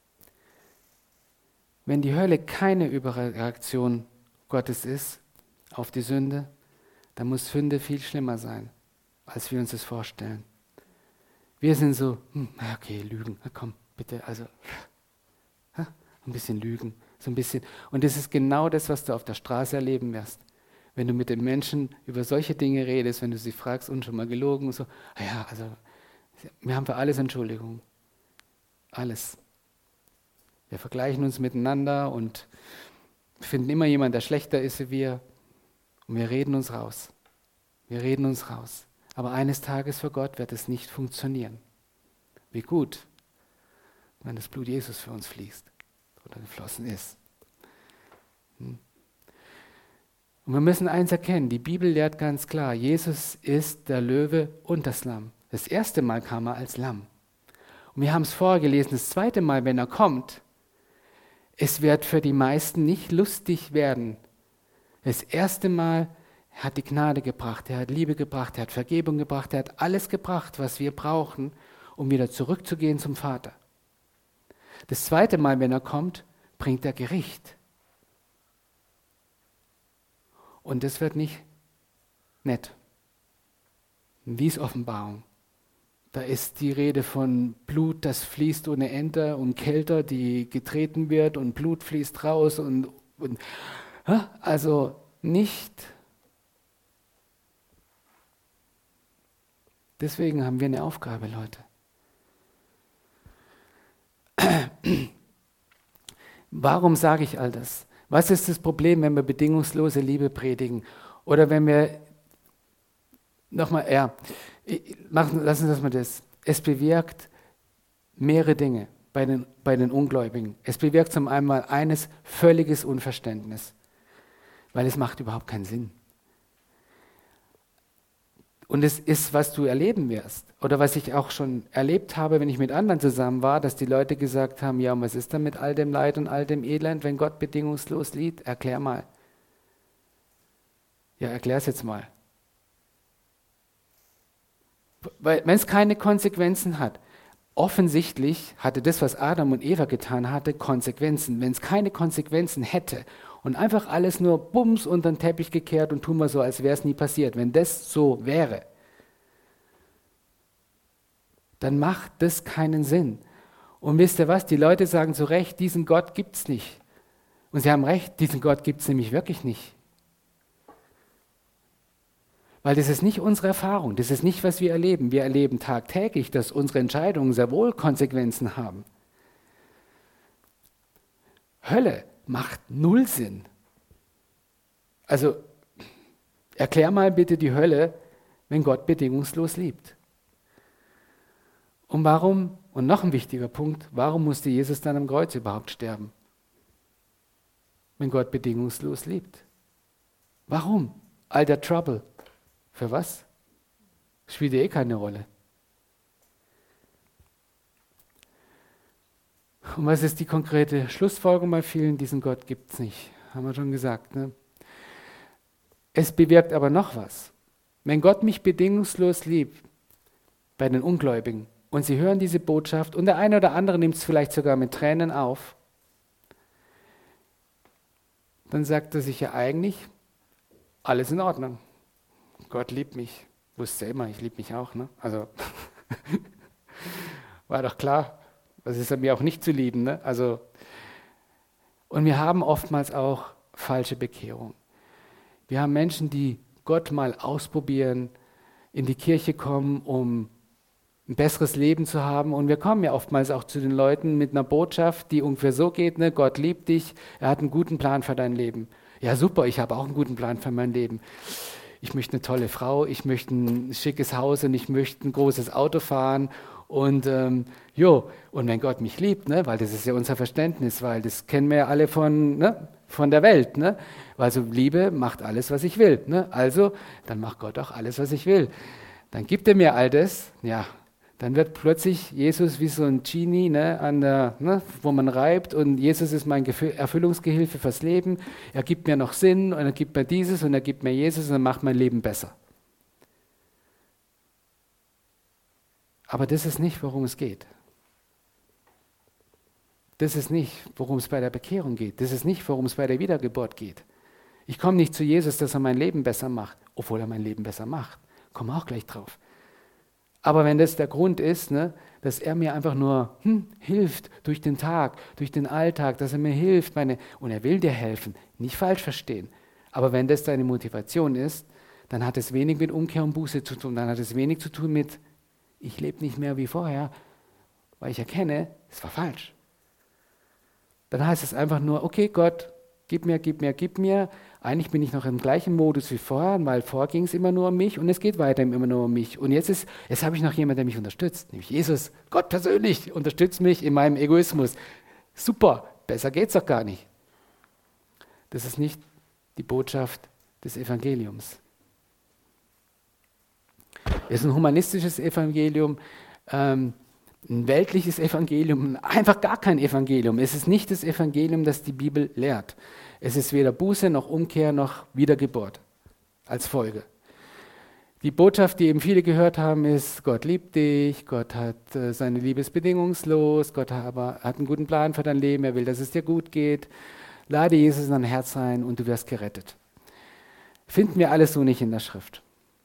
S1: Wenn die Hölle keine Überreaktion Gottes ist auf die Sünde, dann muss Sünde viel schlimmer sein, als wir uns das vorstellen. Wir sind so, okay, Lügen, komm, bitte, also ein bisschen Lügen, so ein bisschen. Und das ist genau das, was du auf der Straße erleben wirst. Wenn du mit den Menschen über solche Dinge redest, wenn du sie fragst, und schon mal gelogen und so, also wir haben für alles Entschuldigung. Alles. Wir vergleichen uns miteinander und finden immer jemanden, der schlechter ist wie wir. Und wir reden uns raus. Wir reden uns raus. Aber eines Tages für Gott wird es nicht funktionieren. Wie gut, wenn das Blut Jesus für uns fließt oder geflossen ist. Und wir müssen eins erkennen, die Bibel lehrt ganz klar, Jesus ist der Löwe und das Lamm. Das erste Mal kam er als Lamm. Und wir haben es vorher gelesen, das zweite Mal, wenn er kommt, es wird für die meisten nicht lustig werden. Das erste Mal hat die Gnade gebracht, er hat Liebe gebracht, er hat Vergebung gebracht, er hat alles gebracht, was wir brauchen, um wieder zurückzugehen zum Vater. Das zweite Mal, wenn er kommt, bringt er Gericht. Und das wird nicht nett. Wie ist Offenbarung? Da ist die Rede von Blut, das fließt ohne Ende und Kälte, die getreten wird und Blut fließt raus und also nicht. Deswegen haben wir eine Aufgabe, Leute. Warum sage ich all das? Was ist das Problem, wenn wir bedingungslose Liebe predigen? Oder wenn wir, lassen Sie das mal das. Es bewirkt mehrere Dinge bei den Ungläubigen. Es bewirkt zum einen eines, völliges Unverständnis. weil es macht überhaupt keinen Sinn. Und es ist, was du erleben wirst. Oder was ich auch schon erlebt habe, wenn ich mit anderen zusammen war, dass die Leute gesagt haben, ja, und was ist denn mit all dem Leid und all dem Elend, wenn Gott bedingungslos liebt? Erklär mal. Ja, erklär es jetzt mal. Weil wenn es keine Konsequenzen hat, offensichtlich hatte das, was Adam und Eva getan hatte, Konsequenzen. Wenn es keine Konsequenzen hätte und einfach alles nur bums unter den Teppich gekehrt und tun wir so, als wäre es nie passiert, wenn das so wäre, dann macht das keinen Sinn. Und wisst ihr was, die Leute sagen zu Recht, diesen Gott gibt es nicht. Und sie haben recht, diesen Gott gibt es nämlich wirklich nicht. Weil das ist nicht unsere Erfahrung, das ist nicht, was wir erleben. Wir erleben tagtäglich, dass unsere Entscheidungen sehr wohl Konsequenzen haben. Hölle macht null Sinn. Also erklär mal bitte die Hölle, wenn Gott bedingungslos liebt. Und warum, und noch ein wichtiger Punkt, warum musste Jesus dann am Kreuz überhaupt sterben? Wenn Gott bedingungslos liebt. Warum? All der Trouble. Für was? Spielt ja eh keine Rolle. Und was ist die konkrete Schlussfolgerung bei vielen? Diesen Gott gibt es nicht. Haben wir schon gesagt. Ne? Es bewirkt aber noch was. Wenn Gott mich bedingungslos liebt, bei den Ungläubigen, und sie hören diese Botschaft, und der eine oder andere nimmt es vielleicht sogar mit Tränen auf, dann sagt er sich ja eigentlich, alles in Ordnung. Gott liebt mich. Wusste immer, ich liebe mich auch. Ne? Also war doch klar. Das ist an mir auch nicht zu lieben. Ne? Also, und wir haben oftmals auch falsche Bekehrung. Wir haben Menschen, die Gott mal ausprobieren, in die Kirche kommen, um ein besseres Leben zu haben. Und wir kommen ja oftmals auch zu den Leuten mit einer Botschaft, die ungefähr so geht, ne? Gott liebt dich, er hat einen guten Plan für dein Leben. Ja super, ich habe auch einen guten Plan für mein Leben. Ich möchte eine tolle Frau, ich möchte ein schickes Haus und ich möchte ein großes Auto fahren. Und und wenn Gott mich liebt, ne? Weil das ist ja unser Verständnis, weil das kennen wir ja alle von der Welt. Ne? Also Liebe macht alles, was ich will. Ne? Also, dann macht Gott auch alles, was ich will. Dann gibt er mir all das, ja. Dann wird plötzlich Jesus wie so ein Genie, wo man reibt, und Jesus ist mein Erfüllungsgehilfe fürs Leben. Er gibt mir noch Sinn und er gibt mir dieses und er gibt mir Jesus und er macht mein Leben besser. Aber das ist nicht, worum es geht. Das ist nicht, worum es bei der Bekehrung geht. Das ist nicht, worum es bei der Wiedergeburt geht. Ich komme nicht zu Jesus, dass er mein Leben besser macht, obwohl er mein Leben besser macht. Komme auch gleich drauf. Aber wenn das der Grund ist, ne, dass er mir einfach nur hilft durch den Tag, durch den Alltag, dass er mir hilft, und er will dir helfen, nicht falsch verstehen. Aber wenn das deine Motivation ist, dann hat es wenig mit Umkehr und Buße zu tun. Dann hat es wenig zu tun mit, ich lebe nicht mehr wie vorher, weil ich erkenne, es war falsch. Dann heißt es einfach nur, okay Gott, gib mir. Eigentlich bin ich noch im gleichen Modus wie vorher, weil vorher ging es immer nur um mich und es geht weiterhin immer nur um mich. Und jetzt habe ich noch jemanden, der mich unterstützt, nämlich Jesus. Gott persönlich unterstützt mich in meinem Egoismus. Super, besser geht's doch gar nicht. Das ist nicht die Botschaft des Evangeliums. Es ist ein humanistisches Evangelium, ein weltliches Evangelium, einfach gar kein Evangelium. Es ist nicht das Evangelium, das die Bibel lehrt. Es ist weder Buße noch Umkehr noch Wiedergeburt als Folge. Die Botschaft, die eben viele gehört haben, ist, Gott liebt dich, Gott hat seine Liebe ist bedingungslos, Gott hat einen guten Plan für dein Leben, er will, dass es dir gut geht. Lade Jesus in dein Herz ein und du wirst gerettet. Finden wir alles so nicht in der Schrift.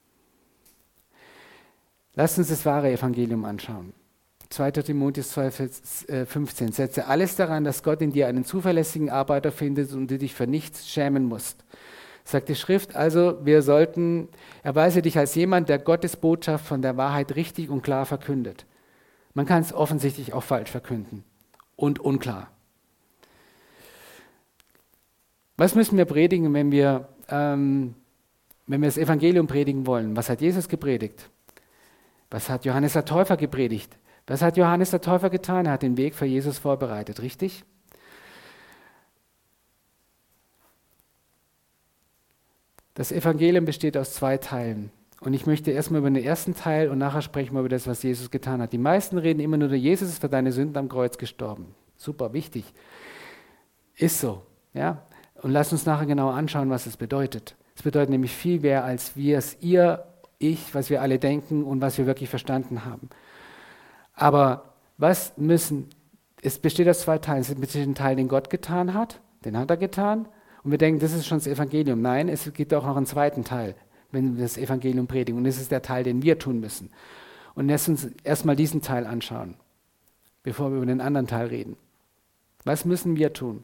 S1: Lasst uns das wahre Evangelium anschauen. 2. Timotheus 2,15. Setze alles daran, dass Gott in dir einen zuverlässigen Arbeiter findet und du dich für nichts schämen musst. Sagt die Schrift, also erweise dich als jemand, der Gottes Botschaft von der Wahrheit richtig und klar verkündet. Man kann es offensichtlich auch falsch verkünden und unklar. Was müssen wir predigen, wenn wir das Evangelium predigen wollen? Was hat Jesus gepredigt? Was hat Johannes der Täufer gepredigt? Was hat Johannes der Täufer getan? Er hat den Weg für Jesus vorbereitet, richtig? Das Evangelium besteht aus 2 Teilen. Und ich möchte erstmal über den ersten Teil und nachher sprechen wir über das, was Jesus getan hat. Die meisten reden immer nur, Jesus ist für deine Sünden am Kreuz gestorben. Super, wichtig. Ist so. Ja? Und lass uns nachher genauer anschauen, was es bedeutet. Es bedeutet nämlich viel mehr, als was wir alle denken und was wir wirklich verstanden haben. Aber es besteht aus 2 Teilen. Es besteht ein Teil, den Gott getan hat, den hat er getan. Und wir denken, das ist schon das Evangelium. Nein, es gibt auch noch einen zweiten Teil, wenn wir das Evangelium predigen. Und das ist der Teil, den wir tun müssen. Und lass uns erstmal diesen Teil anschauen, bevor wir über den anderen Teil reden. Was müssen wir tun?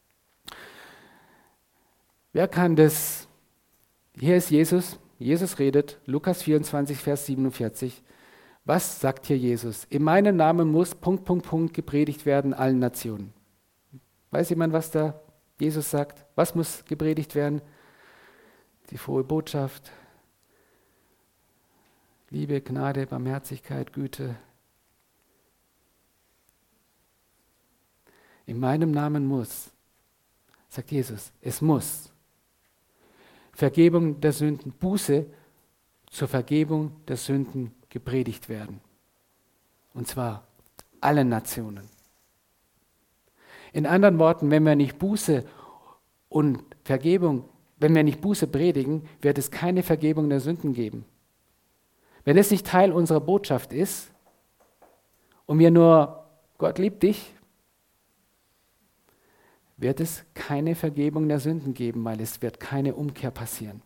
S1: Wer kann das? Hier ist Jesus. Jesus redet, Lukas 24, Vers 47. Was sagt hier Jesus? In meinem Namen muss ... gepredigt werden allen Nationen. Weiß jemand, was da Jesus sagt? Was muss gepredigt werden? Die frohe Botschaft. Liebe, Gnade, Barmherzigkeit, Güte. In meinem Namen muss, sagt Jesus, es muss Vergebung der Sünden, Buße zur Vergebung der Sünden gepredigt werden. Und zwar allen Nationen. In anderen Worten, wenn wir nicht Buße und Vergebung, wenn wir nicht Buße predigen, wird es keine Vergebung der Sünden geben. Wenn es nicht Teil unserer Botschaft ist und wir nur, Gott liebt dich, wird es keine Vergebung der Sünden geben, weil es wird keine Umkehr passieren.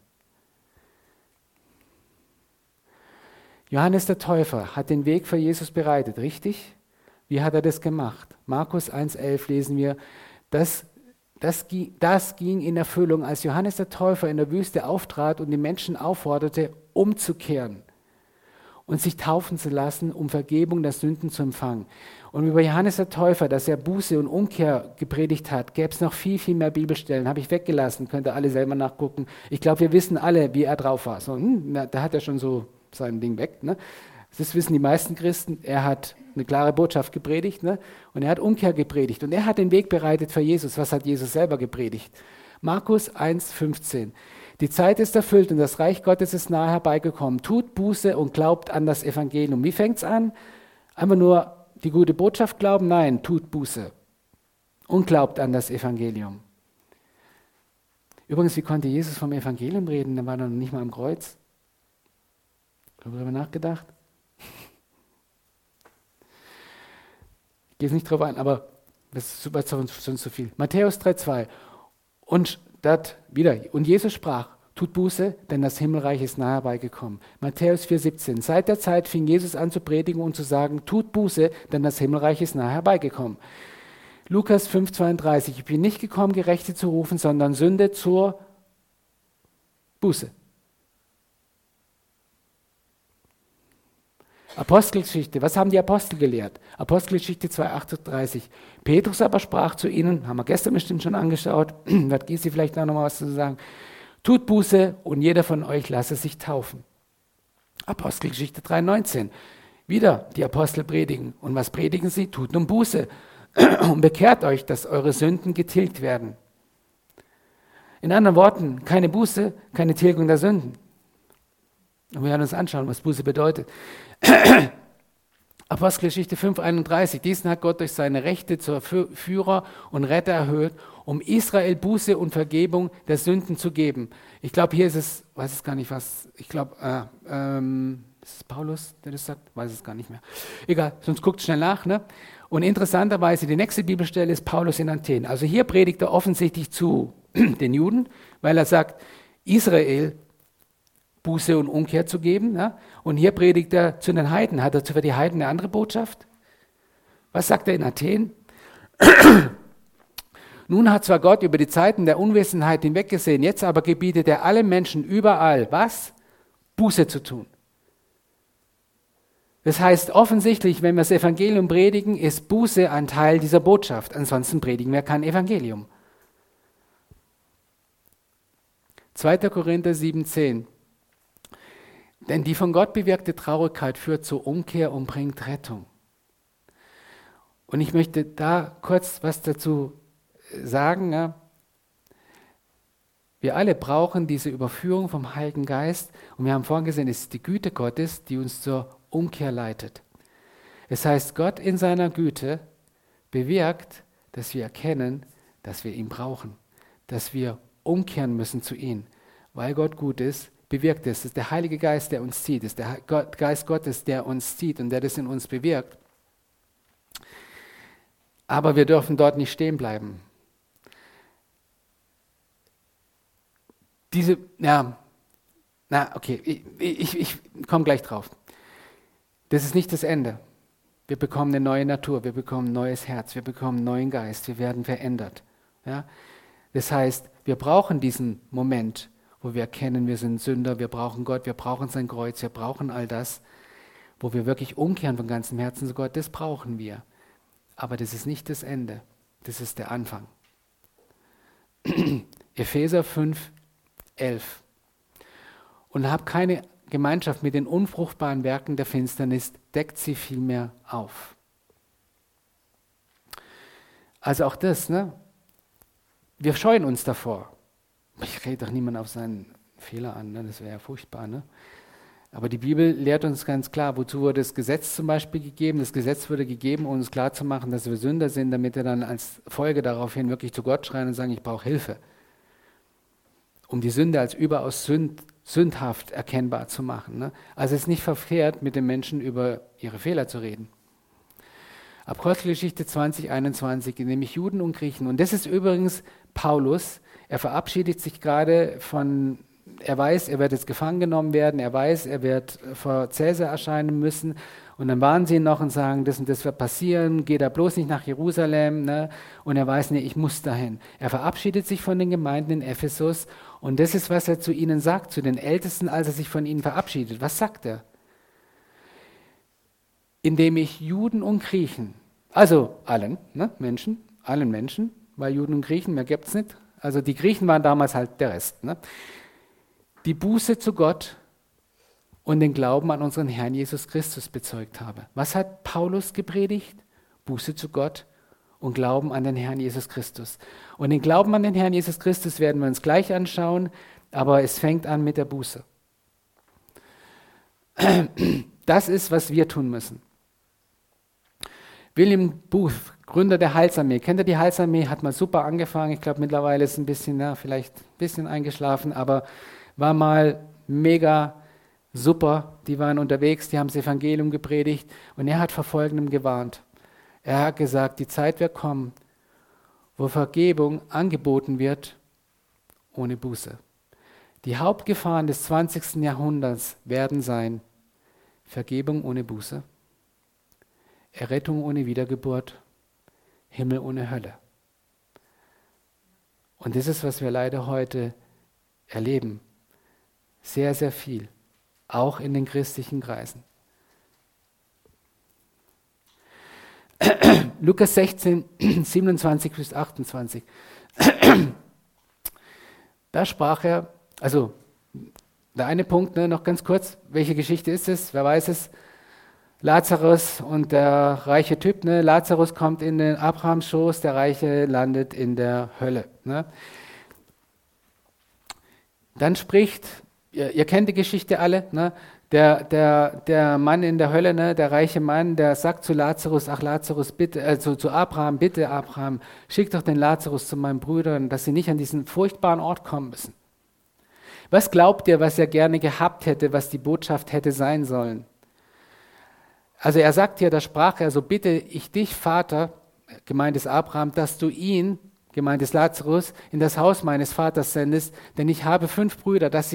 S1: Johannes der Täufer hat den Weg für Jesus bereitet, richtig? Wie hat er das gemacht? Markus 1,11 lesen wir, das ging in Erfüllung, als Johannes der Täufer in der Wüste auftrat und die Menschen aufforderte, umzukehren und sich taufen zu lassen, um Vergebung der Sünden zu empfangen. Und über Johannes der Täufer, dass er Buße und Umkehr gepredigt hat, gäbe es noch viel, viel mehr Bibelstellen. Habe ich weggelassen, könnt ihr alle selber nachgucken. Ich glaube, wir wissen alle, wie er drauf war. So, da hat er schon so sein Ding weg. Ne? Das wissen die meisten Christen. Er hat eine klare Botschaft gepredigt, ne? Und er hat Umkehr gepredigt. Und er hat den Weg bereitet für Jesus. Was hat Jesus selber gepredigt? Markus 1,15. Die Zeit ist erfüllt und das Reich Gottes ist nahe herbeigekommen. Tut Buße und glaubt an das Evangelium. Wie fängt es an? Einfach nur die gute Botschaft glauben? Nein, tut Buße und glaubt an das Evangelium. Übrigens, wie konnte Jesus vom Evangelium reden? Der war noch nicht mal am Kreuz. Haben wir darüber nachgedacht? Ich gehe jetzt nicht drauf ein, aber das ist sonst zu viel. Matthäus 3,2. Und Jesus sprach, tut Buße, denn das Himmelreich ist nahe herbeigekommen. Matthäus 4,17. Seit der Zeit fing Jesus an zu predigen und zu sagen, tut Buße, denn das Himmelreich ist nahe herbeigekommen. Lukas 5,32. Ich bin nicht gekommen, Gerechte zu rufen, sondern Sünde zur Buße. Apostelgeschichte, was haben die Apostel gelehrt? Apostelgeschichte 2,38. Petrus aber sprach zu ihnen, haben wir gestern bestimmt schon angeschaut, wird Gysi vielleicht noch mal was zu sagen, tut Buße und jeder von euch lasse sich taufen. Apostelgeschichte 3,19. Wieder die Apostel predigen. Und was predigen sie? Tut nun Buße und bekehrt euch, dass eure Sünden getilgt werden. In anderen Worten, keine Buße, keine Tilgung der Sünden. Und wir werden uns anschauen, was Buße bedeutet. Apostelgeschichte 5,31. Diesen hat Gott durch seine Rechte zur Führer und Retter erhöht, um Israel Buße und Vergebung der Sünden zu geben. Ich glaube, hier ist es, weiß es gar nicht was, ich glaube, ist es Paulus, der das sagt? Weiß es gar nicht mehr. Egal, sonst guckt schnell nach. Ne? Und interessanterweise, die nächste Bibelstelle ist Paulus in Athen. Also hier predigt er offensichtlich zu den Juden, weil er sagt, Israel Buße und Umkehr zu geben. Ja? Und hier predigt er zu den Heiden. Hat er für die Heiden eine andere Botschaft? Was sagt er in Athen? Nun hat zwar Gott über die Zeiten der Unwissenheit hinweggesehen, jetzt aber gebietet er allen Menschen überall, was? Buße zu tun. Das heißt, offensichtlich, wenn wir das Evangelium predigen, ist Buße ein Teil dieser Botschaft. Ansonsten predigen wir kein Evangelium. 2. Korinther 7,10. Denn die von Gott bewirkte Traurigkeit führt zur Umkehr und bringt Rettung. Und ich möchte da kurz was dazu sagen. Ja. Wir alle brauchen diese Überführung vom Heiligen Geist. Und wir haben vorhin gesehen, es ist die Güte Gottes, die uns zur Umkehr leitet. Es heißt, Gott in seiner Güte bewirkt, dass wir erkennen, dass wir ihn brauchen, dass wir umkehren müssen zu ihm. Weil Gott gut ist, bewirkt es. Es ist der Heilige Geist, der uns zieht. Es ist der Geist Gottes, der uns zieht und der das in uns bewirkt. Aber wir dürfen dort nicht stehen bleiben. Ich komme gleich drauf. Das ist nicht das Ende. Wir bekommen eine neue Natur, wir bekommen ein neues Herz, wir bekommen einen neuen Geist, wir werden verändert. Ja? Das heißt, wir brauchen diesen Moment, wo wir erkennen, wir sind Sünder, wir brauchen Gott, wir brauchen sein Kreuz, wir brauchen all das, wo wir wirklich umkehren von ganzem Herzen zu Gott, das brauchen wir. Aber das ist nicht das Ende, das ist der Anfang. Epheser 5,11. Und hab keine Gemeinschaft mit den unfruchtbaren Werken der Finsternis, deckt sie vielmehr auf. Also auch das, ne? Wir scheuen uns davor. Ich rede doch niemand auf seinen Fehler an, ne? Das wäre ja furchtbar. Ne? Aber die Bibel lehrt uns ganz klar, wozu wurde das Gesetz zum Beispiel gegeben? Das Gesetz wurde gegeben, um uns klarzumachen, dass wir Sünder sind, damit wir dann als Folge daraufhin wirklich zu Gott schreien und sagen, ich brauche Hilfe. Um die Sünde als überaus sündhaft erkennbar zu machen. Ne? Also es ist nicht verkehrt, mit den Menschen über ihre Fehler zu reden. Apostelgeschichte 20:21, nämlich Juden und Griechen. Und das ist übrigens Paulus. Er verabschiedet sich gerade er weiß, er wird jetzt gefangen genommen werden, er weiß, er wird vor Cäsar erscheinen müssen. Und dann warnen sie ihn noch und sagen, das und das wird passieren, geh da bloß nicht nach Jerusalem. Ne? Und er weiß, nee, ich muss dahin. Er verabschiedet sich von den Gemeinden in Ephesus. Und das ist, was er zu ihnen sagt, zu den Ältesten, als er sich von ihnen verabschiedet. Was sagt er? Indem ich Juden und Griechen, also allen Menschen, weil Juden und Griechen, mehr gibt es nicht. Also die Griechen waren damals halt der Rest. Ne? Die Buße zu Gott und den Glauben an unseren Herrn Jesus Christus bezeugt habe. Was hat Paulus gepredigt? Buße zu Gott und Glauben an den Herrn Jesus Christus. Und den Glauben an den Herrn Jesus Christus werden wir uns gleich anschauen, aber es fängt an mit der Buße. Das ist, was wir tun müssen. William Booth, Gründer der Heilsarmee. Kennt ihr die Heilsarmee? Hat mal super angefangen. Ich glaube, mittlerweile ist es ein bisschen, vielleicht ein bisschen eingeschlafen, aber war mal mega super. Die waren unterwegs, die haben das Evangelium gepredigt und er hat vor Folgendem gewarnt. Er hat gesagt, die Zeit wird kommen, wo Vergebung angeboten wird ohne Buße. Die Hauptgefahren des 20. Jahrhunderts werden sein Vergebung ohne Buße, Errettung ohne Wiedergeburt, Himmel ohne Hölle. Und das ist, was wir leider heute erleben. Sehr, sehr viel. Auch in den christlichen Kreisen. Lukas 16, 27 bis 28. Da sprach er, also der eine Punkt, noch ganz kurz, welche Geschichte ist es? Wer weiß es? Lazarus und der reiche Typ, Lazarus kommt in den Abrahams Schoß, der Reiche landet in der Hölle. Dann spricht, ihr kennt die Geschichte alle, der Mann in der Hölle, der reiche Mann, der sagt zu Lazarus, ach Lazarus, bitte, zu Abraham, bitte Abraham, schick doch den Lazarus zu meinen Brüdern, dass sie nicht an diesen furchtbaren Ort kommen müssen. Was glaubt ihr, was er gerne gehabt hätte, was die Botschaft hätte sein sollen? Also er sagt hier, da sprach er, so bitte ich dich, Vater, gemeint ist Abraham, dass du ihn, gemeint ist Lazarus, in das Haus meines Vaters sendest, denn ich habe 5 Brüder, dass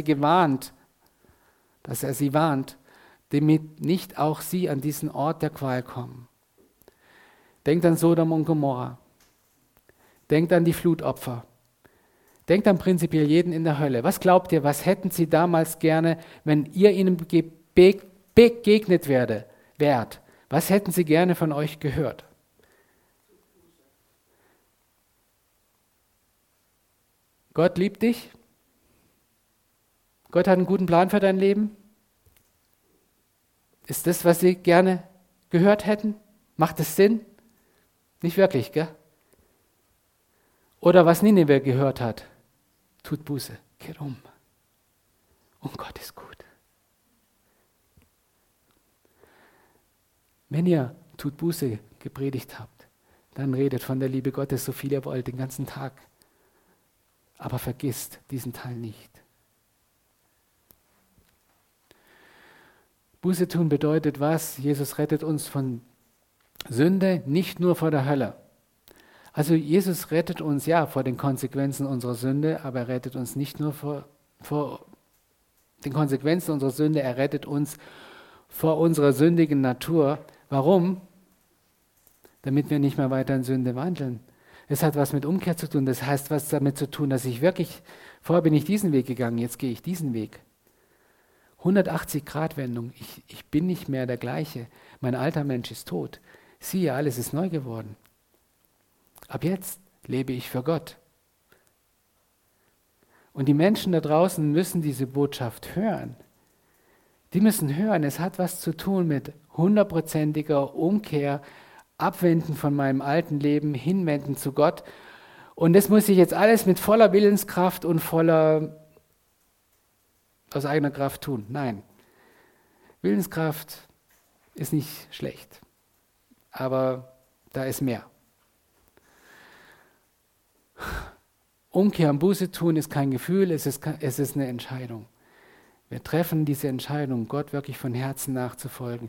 S1: er sie warnt, damit nicht auch sie an diesen Ort der Qual kommen. Denkt an Sodom und Gomorra. Denkt an die Flutopfer. Denkt an prinzipiell jeden in der Hölle. Was glaubt ihr, was hätten sie damals gerne, wenn ihr ihnen begegnet wärt? Was hätten sie gerne von euch gehört? Gott liebt dich. Gott hat einen guten Plan für dein Leben. Ist das, was sie gerne gehört hätten? Macht es Sinn? Nicht wirklich, gell? Oder was Nineveh gehört hat. tut Buße, kehrt um. Und Gott ist gut. Wenn ihr tut Buße gepredigt habt, dann redet von der Liebe Gottes so viel ihr wollt, den ganzen Tag. Aber vergisst diesen Teil nicht. Buße tun bedeutet was? Jesus rettet uns von Sünde, nicht nur vor der Hölle. Also Jesus rettet uns ja vor den Konsequenzen unserer Sünde, aber er rettet uns nicht nur vor den Konsequenzen unserer Sünde, er rettet uns vor unserer sündigen Natur. Warum? Damit wir nicht mehr weiter in Sünde wandeln. Es hat was mit Umkehr zu tun, das heißt was damit zu tun, dass ich wirklich, vorher bin ich diesen Weg gegangen, jetzt gehe ich diesen Weg. 180-Grad-Wendung, ich bin nicht mehr der gleiche, mein alter Mensch ist tot. Siehe, alles ist neu geworden. Ab jetzt lebe ich für Gott. Und die Menschen da draußen müssen diese Botschaft hören. Die müssen hören, es hat was zu tun mit 100%iger Umkehr, Abwenden von meinem alten Leben, hinwenden zu Gott. Und das muss ich jetzt alles mit voller Willenskraft und aus eigener Kraft tun. Nein, Willenskraft ist nicht schlecht, aber da ist mehr. Umkehr und Buße tun ist kein Gefühl, es ist eine Entscheidung. Wir treffen diese Entscheidung, Gott wirklich von Herzen nachzufolgen.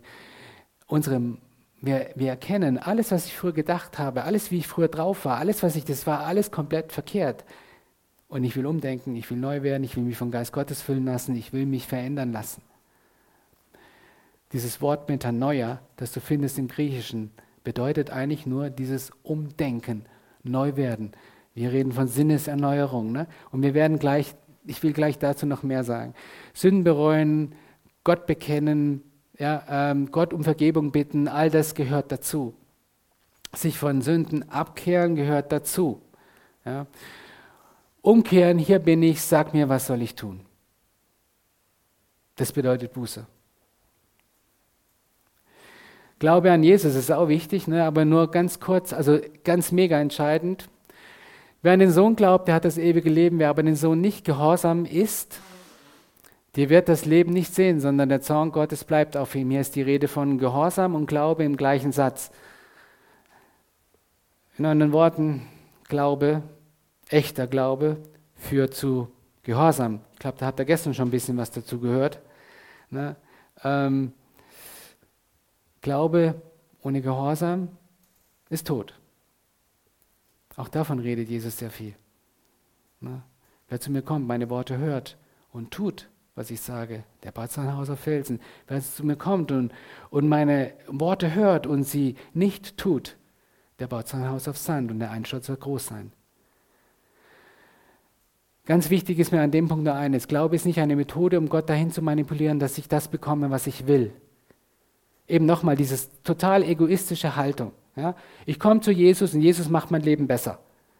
S1: Wir erkennen, alles, was ich früher gedacht habe, alles, wie ich früher drauf war, das war alles komplett verkehrt. Und ich will umdenken, ich will neu werden, ich will mich vom Geist Gottes füllen lassen, ich will mich verändern lassen. Dieses Wort Metanoia, das du findest im Griechischen, bedeutet eigentlich nur dieses Umdenken, neu werden. Wir reden von Sinneserneuerung, ne? Und ich will gleich dazu noch mehr sagen. Sünden bereuen, Gott bekennen, ja, Gott um Vergebung bitten, all das gehört dazu. Sich von Sünden abkehren gehört dazu. Ja. Umkehren, hier bin ich, sag mir, was soll ich tun? Das bedeutet Buße. Glaube an Jesus ist auch wichtig, ne, aber nur ganz kurz, also ganz mega entscheidend. Wer an den Sohn glaubt, der hat das ewige Leben. Wer aber den Sohn nicht gehorsam ist, der wird das Leben nicht sehen, sondern der Zorn Gottes bleibt auf ihm. Hier ist die Rede von Gehorsam und Glaube im gleichen Satz. In anderen Worten, Glaube, echter Glaube führt zu Gehorsam. Ich glaube, da habt ihr gestern schon ein bisschen was dazu gehört. Ne? Glaube ohne Gehorsam ist tot. Auch davon redet Jesus sehr viel. Ne? Wer zu mir kommt, meine Worte hört und tut, was ich sage, der baut sein Haus auf Felsen. Wer zu mir kommt und meine Worte hört und sie nicht tut, der baut sein Haus auf Sand und der Einsturz wird groß sein. Ganz wichtig ist mir an dem Punkt nur eines. Glaube ist nicht eine Methode, um Gott dahin zu manipulieren, dass ich das bekomme, was ich will. Eben nochmal diese total egoistische Haltung. Ja? Ich komme zu Jesus und Jesus macht mein Leben besser.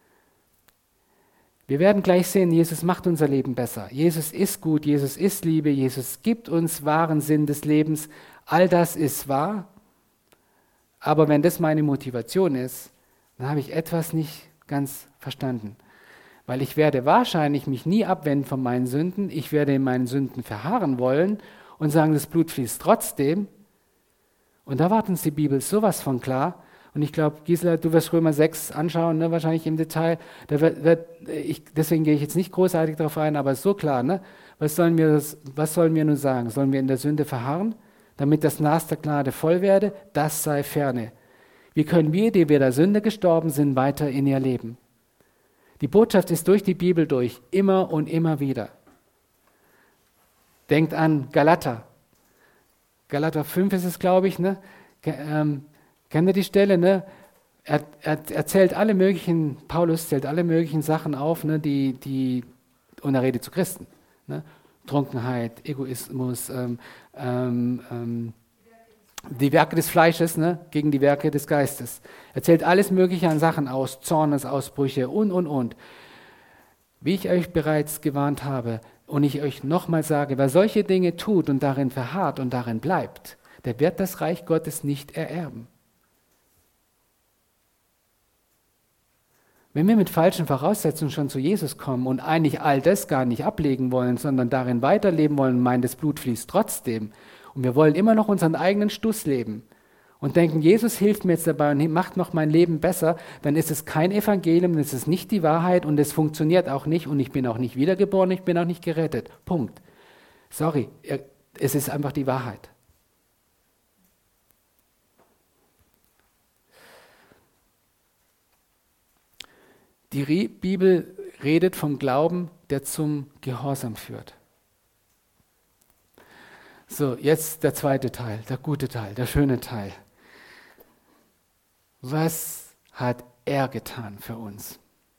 S1: Wir werden gleich sehen, Jesus macht unser Leben besser. Jesus ist gut, Jesus ist Liebe, Jesus gibt uns wahren Sinn des Lebens. All das ist wahr. Aber wenn das meine Motivation ist, dann habe ich etwas nicht ganz verstanden. Weil ich werde wahrscheinlich mich nie abwenden von meinen Sünden. Ich werde in meinen Sünden verharren wollen und sagen, das Blut fließt trotzdem. Und da wartet uns die Bibel sowas von klar. Und ich glaube, Gisela, du wirst Römer 6 anschauen, ne, wahrscheinlich im Detail. Deswegen gehe ich jetzt nicht großartig darauf ein, aber es ist so klar. Ne? Was sollen wir nun sagen? Sollen wir in der Sünde verharren, damit das Maß der Gnade voll werde? Das sei ferne. Wie können wir, die wir der Sünde gestorben sind, weiter in ihr leben? Die Botschaft ist durch die Bibel durch, immer und immer wieder. Denkt an Galater. Galater 5 ist es, glaube ich. Ne? Kennt ihr die Stelle? Ne? Er zählt alle möglichen, Paulus zählt alle möglichen Sachen auf, ne, und er redet zu Christen. Ne? Trunkenheit, Egoismus, die Werke des Fleisches, ne, gegen die Werke des Geistes. Er zählt alles Mögliche an Sachen aus, Zornesausbrüche und. Wie ich euch bereits gewarnt habe und ich euch nochmal sage, wer solche Dinge tut und darin verharrt und darin bleibt, der wird das Reich Gottes nicht ererben. Wenn wir mit falschen Voraussetzungen schon zu Jesus kommen und eigentlich all das gar nicht ablegen wollen, sondern darin weiterleben wollen und meinen, das Blut fließt trotzdem, und wir wollen immer noch unseren eigenen Stuss leben und denken, Jesus hilft mir jetzt dabei und macht noch mein Leben besser, dann ist es kein Evangelium, dann ist es nicht die Wahrheit und es funktioniert auch nicht und ich bin auch nicht wiedergeboren, ich bin auch nicht gerettet. Punkt. Sorry, es ist einfach die Wahrheit. Die Bibel redet vom Glauben, der zum Gehorsam führt. So, jetzt der zweite Teil, der gute Teil, der schöne Teil. Was hat er getan für uns?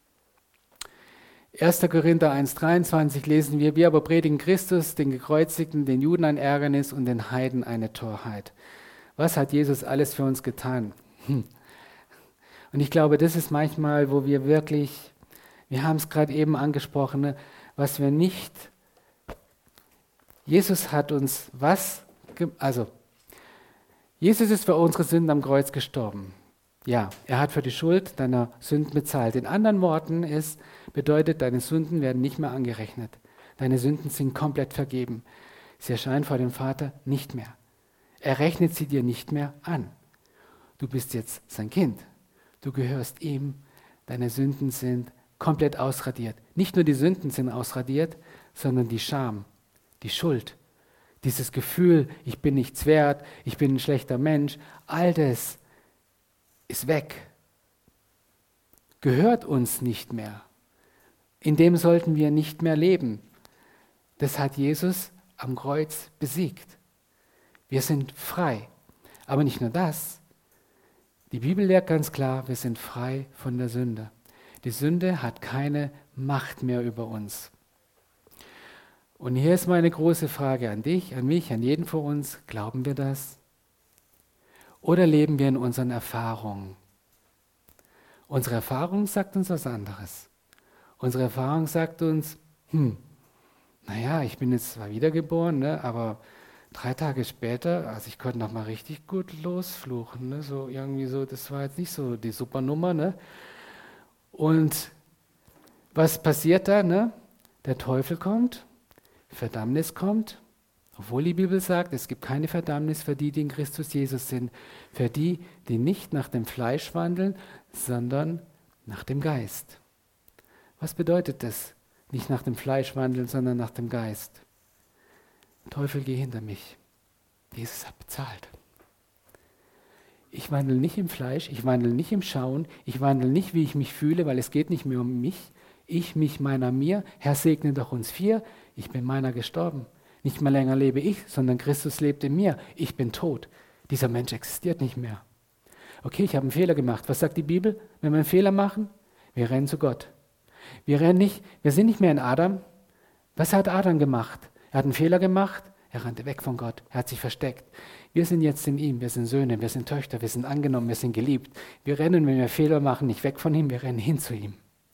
S1: 1. Korinther 1,23 lesen wir aber predigen Christus, den Gekreuzigten, den Juden ein Ärgernis und den Heiden eine Torheit. Was hat Jesus alles für uns getan? Und ich glaube, das ist manchmal, wo wir wirklich, wir haben es gerade eben angesprochen, ne, was wir nicht, Jesus hat uns Jesus ist für unsere Sünden am Kreuz gestorben. Ja, er hat für die Schuld deiner Sünden bezahlt. In anderen Worten bedeutet, deine Sünden werden nicht mehr angerechnet. Deine Sünden sind komplett vergeben. Sie erscheinen vor dem Vater nicht mehr. Er rechnet sie dir nicht mehr an. Du bist jetzt sein Kind. Du gehörst ihm. Deine Sünden sind komplett ausradiert. Nicht nur die Sünden sind ausradiert, sondern die Scham, die Schuld, dieses Gefühl, ich bin nichts wert, ich bin ein schlechter Mensch, all das ist weg. Gehört uns nicht mehr. In dem sollten wir nicht mehr leben. Das hat Jesus am Kreuz besiegt. Wir sind frei. Aber nicht nur das. Die Bibel lehrt ganz klar, wir sind frei von der Sünde. Die Sünde hat keine Macht mehr über uns. Und hier ist meine große Frage an dich, an mich, an jeden von uns. Glauben wir das? Oder leben wir in unseren Erfahrungen? Unsere Erfahrung sagt uns was anderes. Unsere Erfahrung sagt uns, naja, ich bin jetzt zwar wiedergeboren, ne, aber 3 Tage später, also ich konnte noch mal richtig gut losfluchen, ne, so irgendwie so, das war jetzt nicht so die Supernummer, ne? Und was passiert da, ne? Der Teufel kommt, Verdammnis kommt, obwohl die Bibel sagt, es gibt keine Verdammnis für die, die in Christus Jesus sind, für die, die nicht nach dem Fleisch wandeln, sondern nach dem Geist. Was bedeutet das? Nicht nach dem Fleisch wandeln, sondern nach dem Geist. Teufel, geh hinter mich. Jesus hat bezahlt. Ich wandle nicht im Fleisch, ich wandle nicht im Schauen, ich wandle nicht, wie ich mich fühle, weil es geht nicht mehr um mich. Ich, mich, meiner, mir. Herr, segne doch uns 4. Ich bin meiner gestorben. Nicht mehr länger lebe ich, sondern Christus lebt in mir. Ich bin tot. Dieser Mensch existiert nicht mehr. Okay, ich habe einen Fehler gemacht. Was sagt die Bibel? Wenn wir einen Fehler machen, wir rennen zu Gott. Wir sind nicht mehr in Adam. Was hat Adam gemacht? Er hat einen Fehler gemacht, er rannte weg von Gott, er hat sich versteckt. Wir sind jetzt in ihm, wir sind Söhne, wir sind Töchter, wir sind angenommen, wir sind geliebt. Wir rennen, wenn wir Fehler machen, nicht weg von ihm, wir rennen hin zu ihm.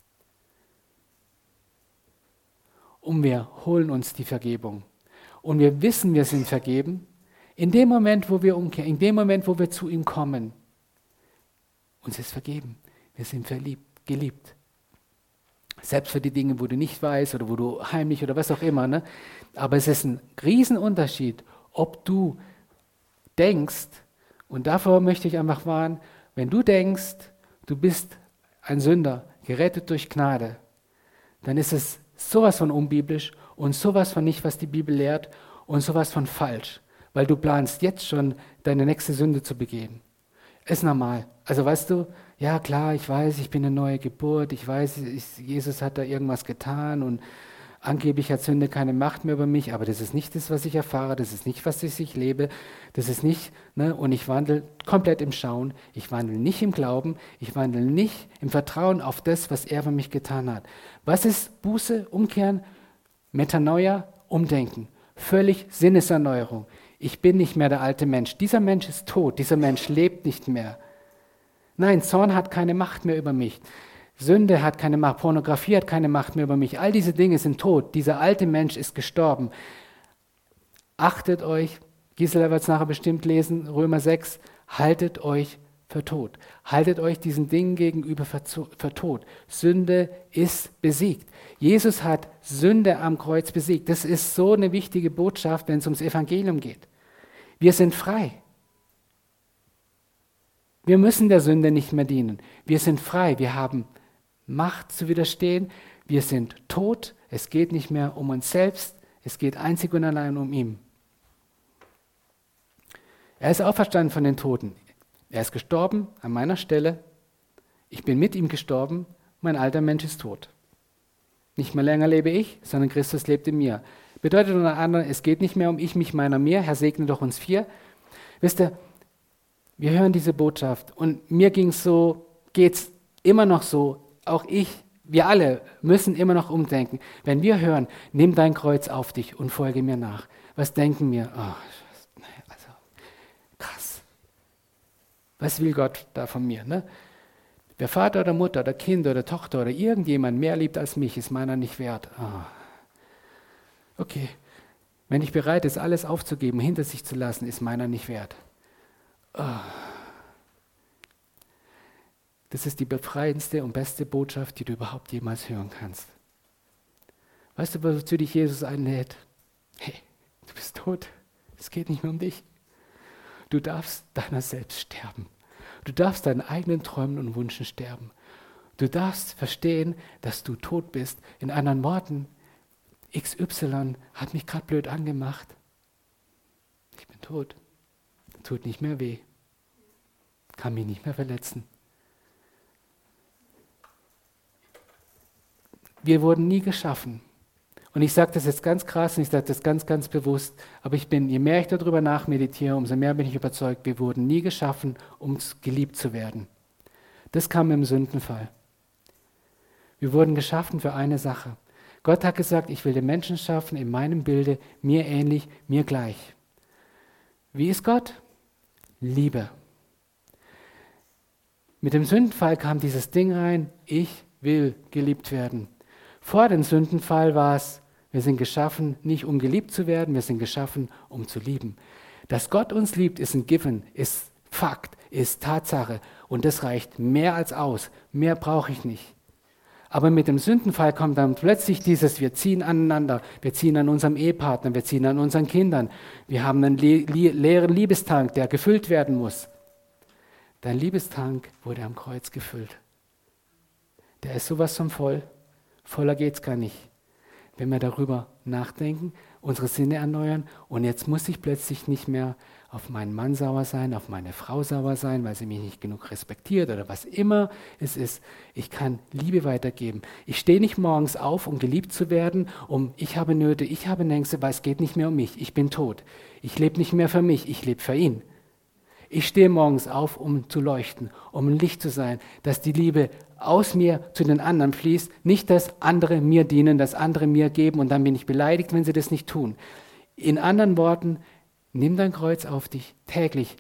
S1: Und wir holen uns die Vergebung. Und wir wissen, wir sind vergeben, in dem Moment, wo wir umkehren, in dem Moment, wo wir zu ihm kommen. Uns ist vergeben, wir sind geliebt. Selbst für die Dinge, wo du nicht weißt oder wo du heimlich oder was auch immer. Ne? Aber es ist ein Riesenunterschied, ob du denkst, und davor möchte ich einfach warnen, wenn du denkst, du bist ein Sünder, gerettet durch Gnade, dann ist es sowas von unbiblisch und sowas von nicht, was die Bibel lehrt und sowas von falsch, weil du planst jetzt schon, deine nächste Sünde zu begehen. Ist normal. Also weißt du, ja klar, ich weiß, ich bin eine neue Geburt, ich weiß, Jesus hat da irgendwas getan und angeblich hat Sünde keine Macht mehr über mich, aber das ist nicht das, was ich erfahre, das ist nicht, was ich lebe, das ist nicht, ne, und ich wandle komplett im Schauen, ich wandle nicht im Glauben, ich wandle nicht im Vertrauen auf das, was er für mich getan hat. Was ist Buße, Umkehren, Metanoia, Umdenken, völlig Sinneserneuerung. Ich bin nicht mehr der alte Mensch. Dieser Mensch ist tot. Dieser Mensch lebt nicht mehr. Nein, Zorn hat keine Macht mehr über mich. Sünde hat keine Macht. Pornografie hat keine Macht mehr über mich. All diese Dinge sind tot. Dieser alte Mensch ist gestorben. Achtet euch, Gisela wird es nachher bestimmt lesen, Römer 6, haltet euch für tot. Haltet euch diesen Dingen gegenüber für tot. Sünde ist besiegt. Jesus hat Sünde am Kreuz besiegt. Das ist so eine wichtige Botschaft, wenn es ums Evangelium geht. Wir sind frei. Wir müssen der Sünde nicht mehr dienen. Wir sind frei. Wir haben Macht zu widerstehen. Wir sind tot. Es geht nicht mehr um uns selbst. Es geht einzig und allein um ihn. Er ist auferstanden von den Toten. Er ist gestorben an meiner Stelle. Ich bin mit ihm gestorben. Mein alter Mensch ist tot. Nicht mehr länger lebe ich, sondern Christus lebt in mir. Bedeutet unter anderem, es geht nicht mehr um ich, mich, meiner, mir. Herr, segne doch uns vier. Wisst ihr, wir hören diese Botschaft und mir geht es immer noch so, auch ich, wir alle müssen immer noch umdenken. Wenn wir hören, nimm dein Kreuz auf dich und folge mir nach. Was denken wir? Oh, also, krass. Was will Gott da von mir? Ne? Wer Vater oder Mutter oder Kind oder Tochter oder irgendjemand mehr liebt als mich, ist meiner nicht wert. Oh. Okay, wenn ich bereit ist, alles aufzugeben, hinter sich zu lassen, ist meiner nicht wert. Oh. Das ist die befreiendste und beste Botschaft, die du überhaupt jemals hören kannst. Weißt du, wozu dich Jesus einlädt? Hey, du bist tot. Es geht nicht mehr um dich. Du darfst deiner selbst sterben. Du darfst deinen eigenen Träumen und Wünschen sterben. Du darfst verstehen, dass du tot bist. In anderen Worten, XY hat mich gerade blöd angemacht. Ich bin tot. Tut nicht mehr weh. Kann mich nicht mehr verletzen. Wir wurden nie geschaffen. Und ich sage das jetzt ganz krass und ich sage das ganz, ganz bewusst, aber je mehr ich darüber nachmeditiere, umso mehr bin ich überzeugt, wir wurden nie geschaffen, um geliebt zu werden. Das kam im Sündenfall. Wir wurden geschaffen für eine Sache. Gott hat gesagt, ich will den Menschen schaffen in meinem Bilde, mir ähnlich, mir gleich. Wie ist Gott? Liebe. Mit dem Sündenfall kam dieses Ding rein, ich will geliebt werden. Vor dem Sündenfall war es, wir sind geschaffen, nicht um geliebt zu werden, wir sind geschaffen, um zu lieben. Dass Gott uns liebt, ist ein Given, ist Fakt, ist Tatsache und das reicht mehr als aus. Mehr brauche ich nicht. Aber mit dem Sündenfall kommt dann plötzlich wir ziehen aneinander, wir ziehen an unserem Ehepartner, wir ziehen an unseren Kindern. Wir haben einen leeren Liebestank, der gefüllt werden muss. Dein Liebestank wurde am Kreuz gefüllt. Der ist sowas von voll. Voller geht's gar nicht. Wenn wir darüber nachdenken, unsere Sinne erneuern und jetzt muss ich plötzlich nicht mehr auf meinen Mann sauer sein, auf meine Frau sauer sein, weil sie mich nicht genug respektiert oder was immer es ist. Ich kann Liebe weitergeben. Ich stehe nicht morgens auf, um geliebt zu werden, ich habe Nöte, ich habe Ängste, weil es geht nicht mehr um mich. Ich bin tot. Ich lebe nicht mehr für mich, ich lebe für ihn. Ich stehe morgens auf, um zu leuchten, um ein Licht zu sein, dass die Liebe aus mir zu den anderen fließt, nicht, dass andere mir dienen, dass andere mir geben und dann bin ich beleidigt, wenn sie das nicht tun. In anderen Worten, nimm dein Kreuz auf dich täglich.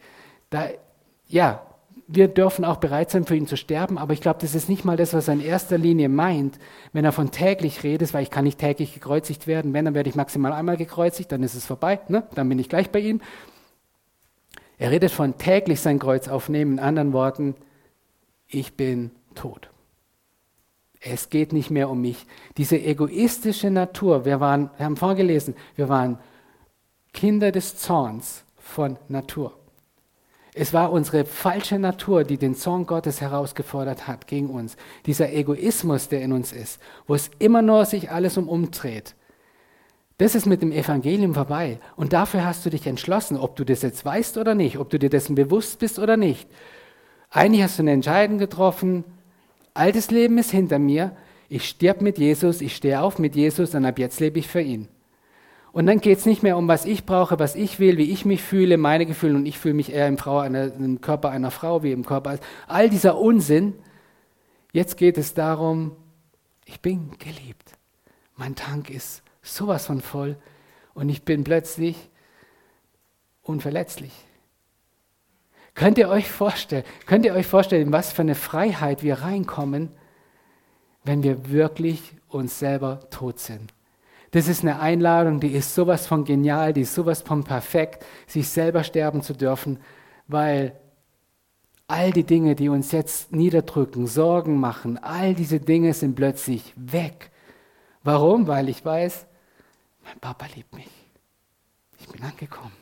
S1: Wir dürfen auch bereit sein, für ihn zu sterben, aber ich glaube, das ist nicht mal das, was er in erster Linie meint, wenn er von täglich redet, weil ich kann nicht täglich gekreuzigt werden. Wenn, dann werde ich maximal einmal gekreuzigt, dann ist es vorbei, ne? Dann bin ich gleich bei ihm. Er redet von täglich sein Kreuz aufnehmen, in anderen Worten, ich bin tot. Es geht nicht mehr um mich. Diese egoistische Natur, wir haben vorgelesen, wir waren Kinder des Zorns von Natur. Es war unsere falsche Natur, die den Zorn Gottes herausgefordert hat gegen uns. Dieser Egoismus, der in uns ist, wo es immer nur sich alles umdreht. Das ist mit dem Evangelium vorbei. Und dafür hast du dich entschlossen, ob du das jetzt weißt oder nicht, ob du dir dessen bewusst bist oder nicht. Eigentlich hast du eine Entscheidung getroffen, altes Leben ist hinter mir, ich sterbe mit Jesus, ich stehe auf mit Jesus und ab jetzt lebe ich für ihn. Und dann geht es nicht mehr um, was ich brauche, was ich will, wie ich mich fühle, meine Gefühle und ich fühle mich eher im Körper einer Frau wie im Körper. All dieser Unsinn. Jetzt geht es darum, ich bin geliebt. Mein Tank ist sowas von voll und ich bin plötzlich unverletzlich. Könnt ihr euch vorstellen, in was für eine Freiheit wir reinkommen, wenn wir wirklich uns selber tot sind? Das ist eine Einladung, die ist sowas von genial, die ist sowas von perfekt, sich selber sterben zu dürfen, weil All die Dinge, die uns jetzt niederdrücken, Sorgen machen, all diese Dinge sind plötzlich weg. Warum? Weil ich weiß, mein Papa liebt mich. Ich bin angekommen.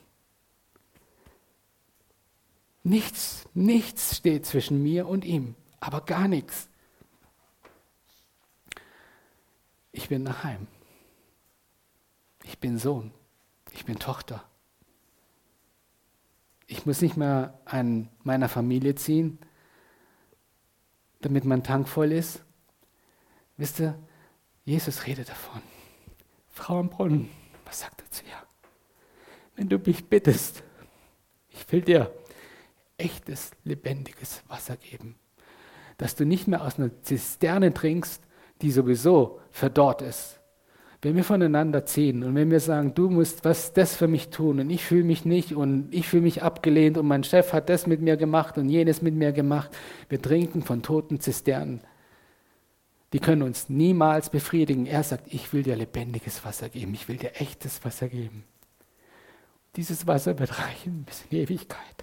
S1: Nichts steht zwischen mir und ihm, aber gar nichts. Ich bin daheim. Ich bin Sohn. Ich bin Tochter. Ich muss nicht mehr an meiner Familie ziehen, damit mein Tank voll ist. Wisst ihr, Jesus redet davon. Frau am Brunnen, was sagt er zu ihr? Wenn du mich bittest, ich will dir echtes, lebendiges Wasser geben. Dass du nicht mehr aus einer Zisterne trinkst, die sowieso verdorrt ist. Wenn wir voneinander ziehen und wenn wir sagen, du musst das für mich tun und ich fühle mich nicht und ich fühle mich abgelehnt und mein Chef hat das mit mir gemacht und jenes mit mir gemacht, wir trinken von toten Zisternen. Die können uns niemals befriedigen. Er sagt, ich will dir lebendiges Wasser geben, ich will dir echtes Wasser geben. Dieses Wasser wird reichen bis in die Ewigkeit.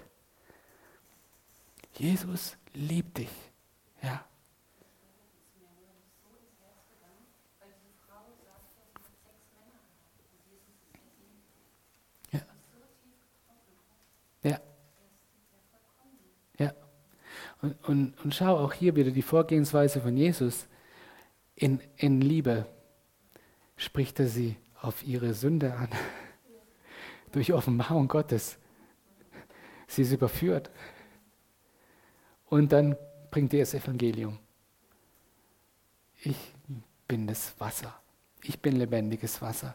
S1: Jesus liebt dich. Ja. Ja. Ja. Und schau auch hier wieder die Vorgehensweise von Jesus. In Liebe spricht er sie auf ihre Sünde an. Durch Offenbarung Gottes. Sie ist überführt. Und dann bringt er das Evangelium. Ich bin das Wasser. Ich bin lebendiges Wasser.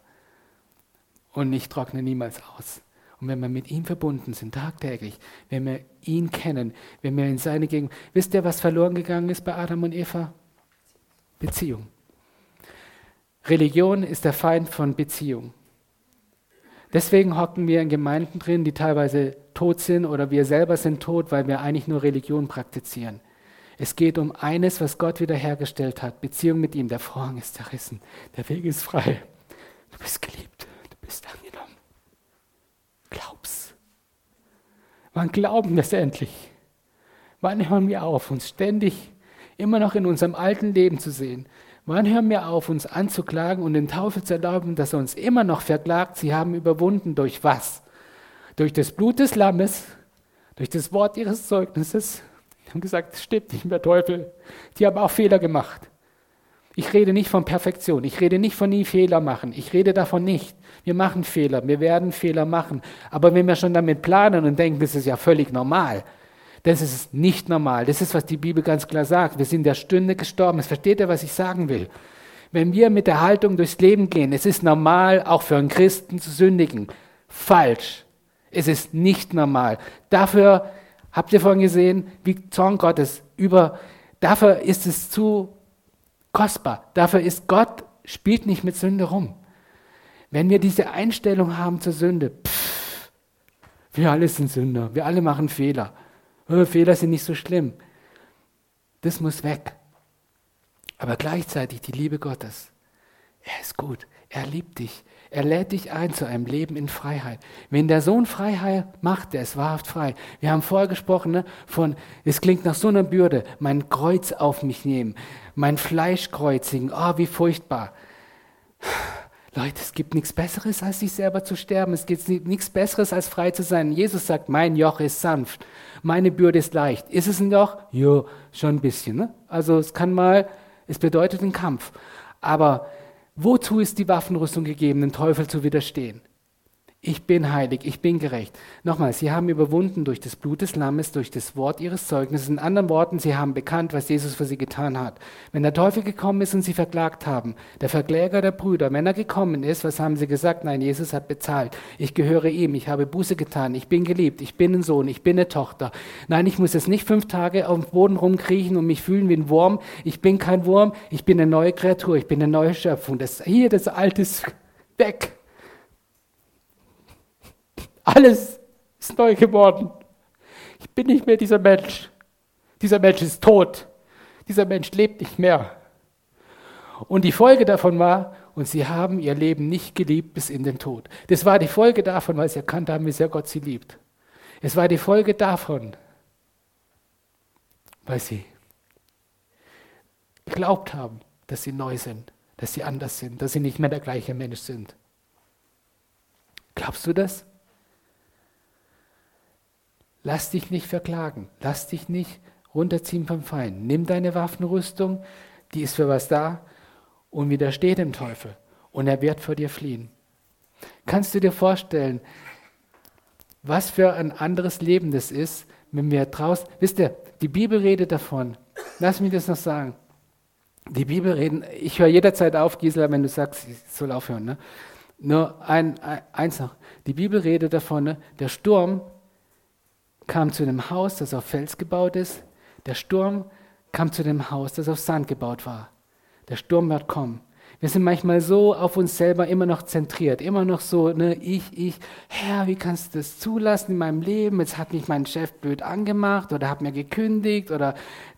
S1: Und ich trockne niemals aus. Und wenn wir mit ihm verbunden sind, tagtäglich, wenn wir ihn kennen, wenn wir in seine Gegenwart... Wisst ihr, was verloren gegangen ist bei Adam und Eva? Beziehung. Religion ist der Feind von Beziehung. Deswegen hocken wir in Gemeinden drin, die teilweise tot sind oder wir selber sind tot, weil wir eigentlich nur Religion praktizieren. Es geht um eines, was Gott wiederhergestellt hat, Beziehung mit ihm. Der Vorhang ist zerrissen, der Weg ist frei. Du bist geliebt, du bist angenommen. Glaub's. Wann glauben wir es endlich? Wann hören wir auf, uns ständig immer noch in unserem alten Leben zu sehen? Wann hören wir auf, uns anzuklagen und den Teufel zu erlauben, dass er uns immer noch verklagt? Sie haben überwunden durch was? Durch das Blut des Lammes, durch das Wort ihres Zeugnisses. Die haben gesagt, es stimmt nicht mehr, Teufel. Die haben auch Fehler gemacht. Ich rede nicht von Perfektion, ich rede nicht von nie Fehler machen, ich rede davon nicht. Wir machen Fehler, wir werden Fehler machen. Aber wenn wir schon damit planen und denken, das ist ja völlig normal, das ist nicht normal. Das ist, was die Bibel ganz klar sagt. Wir sind in der Stunde gestorben. Jetzt versteht ihr, was ich sagen will? Wenn wir mit der Haltung durchs Leben gehen, es ist normal, auch für einen Christen zu sündigen. Falsch. Es ist nicht normal. Dafür, habt ihr vorhin gesehen, wie Zorn Gottes dafür ist es zu kostbar. Dafür ist Gott, spielt nicht mit Sünde rum. Wenn wir diese Einstellung haben zur Sünde, wir alle sind Sünder, wir alle machen Fehler. Fehler sind nicht so schlimm. Das muss weg. Aber gleichzeitig die Liebe Gottes. Er ist gut. Er liebt dich. Er lädt dich ein zu einem Leben in Freiheit. Wenn der Sohn Freiheit macht, der ist wahrhaft frei. Wir haben vorher gesprochen von, es klingt nach so einer Bürde, mein Kreuz auf mich nehmen, mein Fleisch kreuzigen, wie furchtbar. Leute, es gibt nichts Besseres, als sich selber zu sterben. Es gibt nichts Besseres, als frei zu sein. Jesus sagt, mein Joch ist sanft, meine Bürde ist leicht. Ist es ein Joch? Jo, schon ein bisschen. Ne? Also es bedeutet einen Kampf. Aber wozu ist die Waffenrüstung gegeben, dem Teufel zu widerstehen? Ich bin heilig, ich bin gerecht. Nochmal, sie haben überwunden durch das Blut des Lammes, durch das Wort ihres Zeugnisses. In anderen Worten, sie haben bekannt, was Jesus für sie getan hat. Wenn der Teufel gekommen ist und sie verklagt haben, der Verkläger der Brüder, wenn er gekommen ist, was haben sie gesagt? Nein, Jesus hat bezahlt. Ich gehöre ihm, ich habe Buße getan, ich bin geliebt, ich bin ein Sohn, ich bin eine Tochter. Nein, ich muss jetzt nicht 5 Tage auf dem Boden rumkriechen und mich fühlen wie ein Wurm. Ich bin kein Wurm, ich bin eine neue Kreatur, ich bin eine neue Schöpfung. Das Alte ist weg. Alles ist neu geworden. Ich bin nicht mehr dieser Mensch. Dieser Mensch ist tot. Dieser Mensch lebt nicht mehr. Und die Folge davon war, und sie haben ihr Leben nicht geliebt bis in den Tod. Das war die Folge davon, weil sie erkannt haben, wie sehr Gott sie liebt. Es war die Folge davon. weil sie geglaubt haben, dass sie neu sind, dass sie anders sind, dass sie nicht mehr der gleiche Mensch sind. Glaubst du das? Lass dich nicht verklagen, lass dich nicht runterziehen vom Feind. Nimm deine Waffenrüstung, die ist für was da, und widersteh dem Teufel. Und er wird vor dir fliehen. Kannst du dir vorstellen, was für ein anderes Leben das ist, wenn wir draußen, wisst ihr, die Bibel redet davon, lass mich das noch sagen, die Bibel redet, ich höre jederzeit auf, Gisela, wenn du sagst, ich soll aufhören, ne? Nur eins noch, die Bibel redet davon, ne? Der Sturm kam zu einem Haus, das auf Fels gebaut ist, der Sturm kam zu dem Haus, das auf Sand gebaut war. Der Sturm wird kommen. Wir sind manchmal so auf uns selber immer noch zentriert, immer noch so, ne, ich, Herr, wie kannst du das zulassen in meinem Leben? Jetzt hat mich mein Chef blöd angemacht oder hat mir gekündigt oder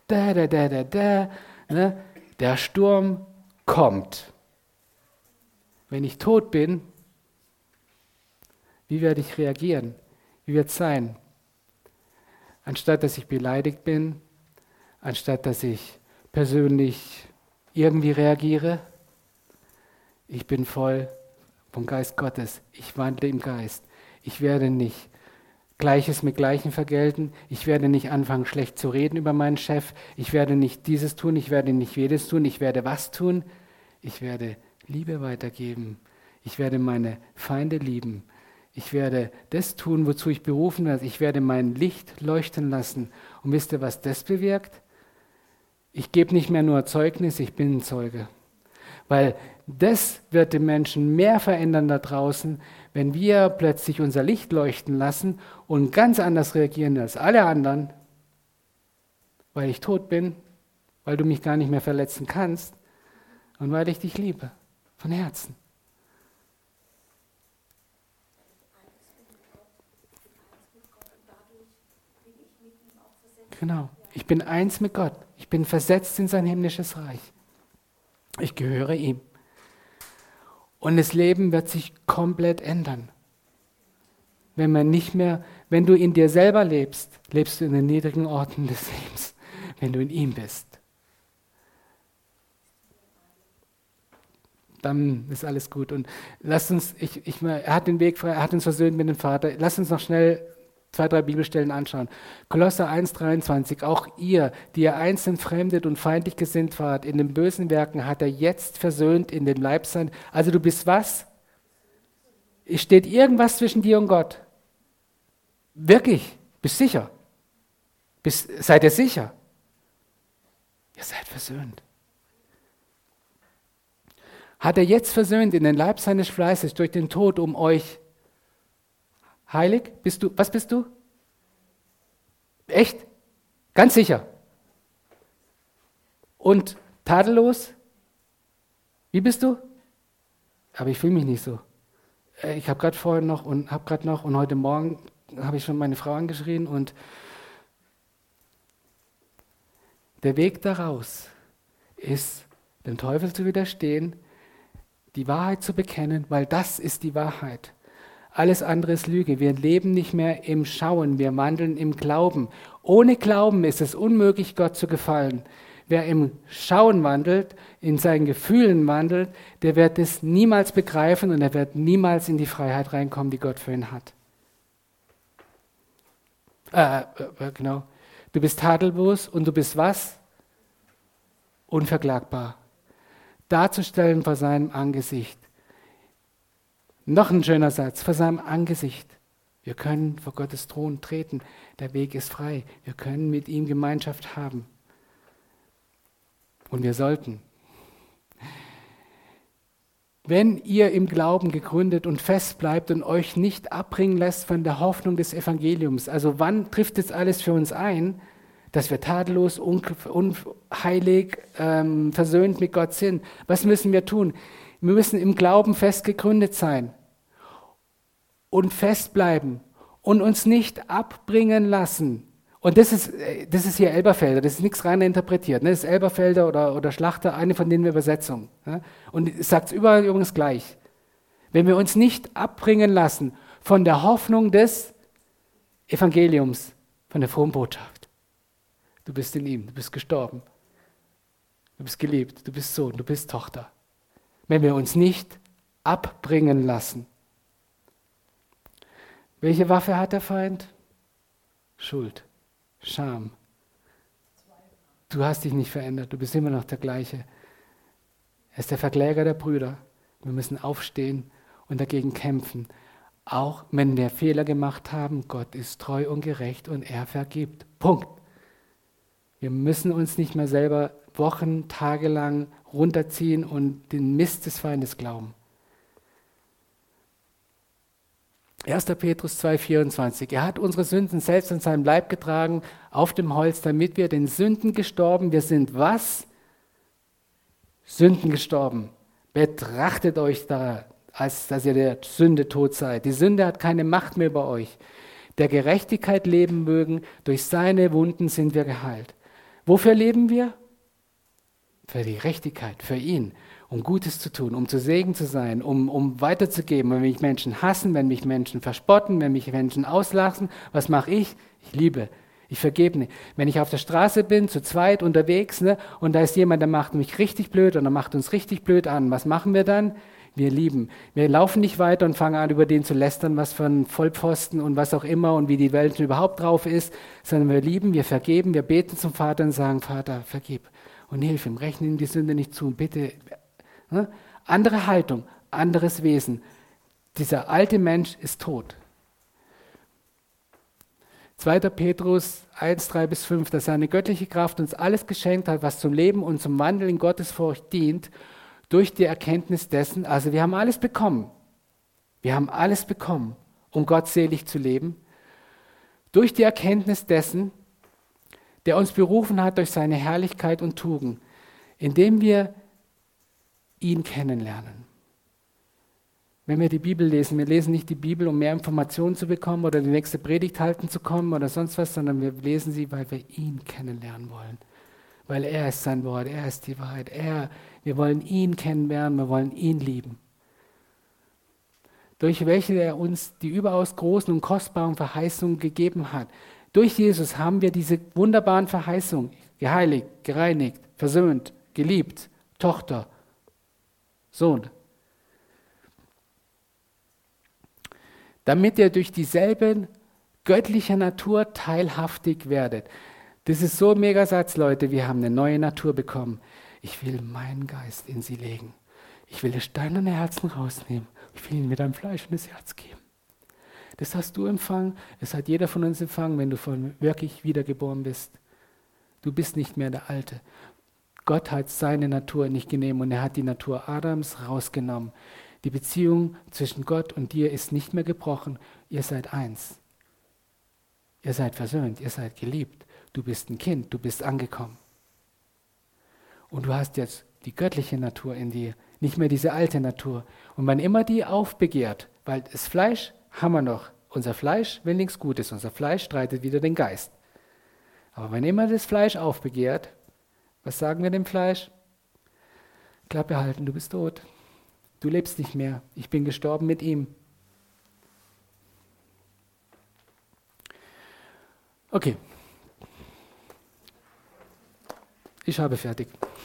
S1: ne? Der Sturm kommt. Wenn ich tot bin, wie werde ich reagieren? Wie wird es sein? Anstatt dass ich beleidigt bin, anstatt dass ich persönlich irgendwie reagiere, ich bin voll vom Geist Gottes. Ich wandle im Geist. Ich werde nicht Gleiches mit Gleichem vergelten. Ich werde nicht anfangen, schlecht zu reden über meinen Chef. Ich werde nicht dieses tun. Ich werde nicht jedes tun. Ich werde was tun? Ich werde Liebe weitergeben. Ich werde meine Feinde lieben. Ich werde das tun, wozu ich berufen werde. Ich werde mein Licht leuchten lassen. Und wisst ihr, was das bewirkt? Ich gebe nicht mehr nur Zeugnis, ich bin ein Zeuge. Weil das wird den Menschen mehr verändern da draußen, wenn wir plötzlich unser Licht leuchten lassen und ganz anders reagieren als alle anderen, weil ich tot bin, weil du mich gar nicht mehr verletzen kannst und weil ich dich liebe, von Herzen. Genau, ich bin eins mit Gott. Ich bin versetzt in sein himmlisches Reich. Ich gehöre ihm. Und das Leben wird sich komplett ändern. Wenn du in dir selber lebst, lebst du in den niedrigen Orten des Lebens, wenn du in ihm bist. Dann ist alles gut. Und lasst uns, er hat den Weg frei, er hat uns versöhnt mit dem Vater. Lasst uns noch schnell 2, 3 Bibelstellen anschauen. Kolosser 1,23, auch ihr, die ihr einst entfremdet und feindlich gesinnt wart, in den bösen Werken hat er jetzt versöhnt in dem Leib sein. Also du bist was? Es steht irgendwas zwischen dir und Gott. Wirklich? Bist sicher? Seid ihr sicher? Ihr seid versöhnt. Hat er jetzt versöhnt in den Leib seines Fleißes durch den Tod, um euch heilig? Was bist du? Echt? Ganz sicher? Und tadellos? Wie bist du? Aber ich fühle mich nicht so. Ich habe gerade vorhin noch und heute Morgen habe ich schon meine Frau angeschrien und der Weg daraus ist, dem Teufel zu widerstehen, die Wahrheit zu bekennen, weil das ist die Wahrheit. Alles andere ist Lüge. Wir leben nicht mehr im Schauen, wir wandeln im Glauben. Ohne Glauben ist es unmöglich, Gott zu gefallen. Wer im Schauen wandelt, in seinen Gefühlen wandelt, der wird es niemals begreifen und er wird niemals in die Freiheit reinkommen, die Gott für ihn hat. Genau. Du bist tadellos und du bist was? Unverklagbar. Darzustellen vor seinem Angesicht. Noch ein schöner Satz, vor seinem Angesicht. Wir können vor Gottes Thron treten. Der Weg ist frei. Wir können mit ihm Gemeinschaft haben. Und wir sollten. Wenn ihr im Glauben gegründet und fest bleibt und euch nicht abbringen lässt von der Hoffnung des Evangeliums, also wann trifft es alles für uns ein, dass wir tadellos, unheilig, versöhnt mit Gott sind? Was müssen wir tun? Wir müssen im Glauben fest gegründet sein und festbleiben und uns nicht abbringen lassen. Und das ist hier Elberfelder, das ist nichts rein interpretiert. Ne? Das ist Elberfelder oder Schlachter, eine von den Übersetzungen. Ne? Und es sagt es überall übrigens gleich. Wenn wir uns nicht abbringen lassen von der Hoffnung des Evangeliums, von der frohen Botschaft. Du bist in ihm, du bist gestorben. Du bist geliebt, du bist Sohn, du bist Tochter. Wenn wir uns nicht abbringen lassen. Welche Waffe hat der Feind? Schuld, Scham. Du hast dich nicht verändert, du bist immer noch der gleiche. Er ist der Verkläger der Brüder. Wir müssen aufstehen und dagegen kämpfen. Auch wenn wir Fehler gemacht haben, Gott ist treu und gerecht und er vergibt. Punkt. Wir müssen uns nicht mehr selber Wochen, Tage lang runterziehen und den Mist des Feindes glauben. 1. Petrus 2,24. Er hat unsere Sünden selbst an seinem Leib getragen, auf dem Holz, damit wir den Sünden gestorben. Wir sind was? Sünden gestorben. Betrachtet euch da, als dass ihr der Sünde tot seid. Die Sünde hat keine Macht mehr über euch. Der Gerechtigkeit leben mögen, durch seine Wunden sind wir geheilt. Wofür leben wir? Für die Gerechtigkeit, für ihn, um Gutes zu tun, um zu Segen zu sein, um weiterzugeben. Wenn mich Menschen hassen, wenn mich Menschen verspotten, wenn mich Menschen auslachen, was mache ich? Ich liebe, ich vergebe. Wenn ich auf der Straße bin, zu zweit unterwegs, und da ist jemand, der macht mich richtig blöd oder macht uns richtig blöd an, was machen wir dann? Wir lieben. Wir laufen nicht weiter und fangen an, über den zu lästern, was für ein Vollpfosten und was auch immer und wie die Welt überhaupt drauf ist, sondern wir lieben, wir vergeben, wir beten zum Vater und sagen, Vater, vergib und hilf ihm, rechne ihm die Sünde nicht zu, bitte. Andere Haltung, anderes Wesen. Dieser alte Mensch ist tot. 2. Petrus 1, 3-5, dass seine göttliche Kraft uns alles geschenkt hat, was zum Leben und zum Wandel in Gottesfurcht dient, durch die Erkenntnis dessen, also wir haben alles bekommen. Wir haben alles bekommen, um gottselig zu leben. Durch die Erkenntnis dessen, der uns berufen hat durch seine Herrlichkeit und Tugend, indem wir ihn kennenlernen. Wenn wir die Bibel lesen, wir lesen nicht die Bibel, um mehr Informationen zu bekommen oder die nächste Predigt halten zu kommen oder sonst was, sondern wir lesen sie, weil wir ihn kennenlernen wollen. Weil er ist sein Wort, er ist die Wahrheit. Wir wollen ihn kennenlernen, wir wollen ihn lieben. Durch welche er uns die überaus großen und kostbaren Verheißungen gegeben hat. Durch Jesus haben wir diese wunderbaren Verheißungen, geheiligt, gereinigt, versöhnt, geliebt, Tochter, Sohn. Damit ihr durch dieselben göttliche Natur teilhaftig werdet. Das ist so ein Megasatz, Leute, wir haben eine neue Natur bekommen. Ich will meinen Geist in sie legen. Ich will das steinerne Herzen rausnehmen. Ich will ihnen mit einem Fleisch in das Herz geben. Das hast du empfangen, das hat jeder von uns empfangen, wenn du wirklich wiedergeboren bist. Du bist nicht mehr der Alte. Gott hat seine Natur nicht genommen und er hat die Natur Adams rausgenommen. Die Beziehung zwischen Gott und dir ist nicht mehr gebrochen. Ihr seid eins. Ihr seid versöhnt, ihr seid geliebt. Du bist ein Kind, du bist angekommen. Und du hast jetzt die göttliche Natur in dir, nicht mehr diese alte Natur. Und wann immer die aufbegehrt, weil das Fleisch haben wir noch. Unser Fleisch will nichts Gutes, unser Fleisch streitet wieder den Geist. Aber wenn immer das Fleisch aufbegehrt, was sagen wir dem Fleisch? Klappe halten, du bist tot. Du lebst nicht mehr. Ich bin gestorben mit ihm. Okay. Ich habe fertig.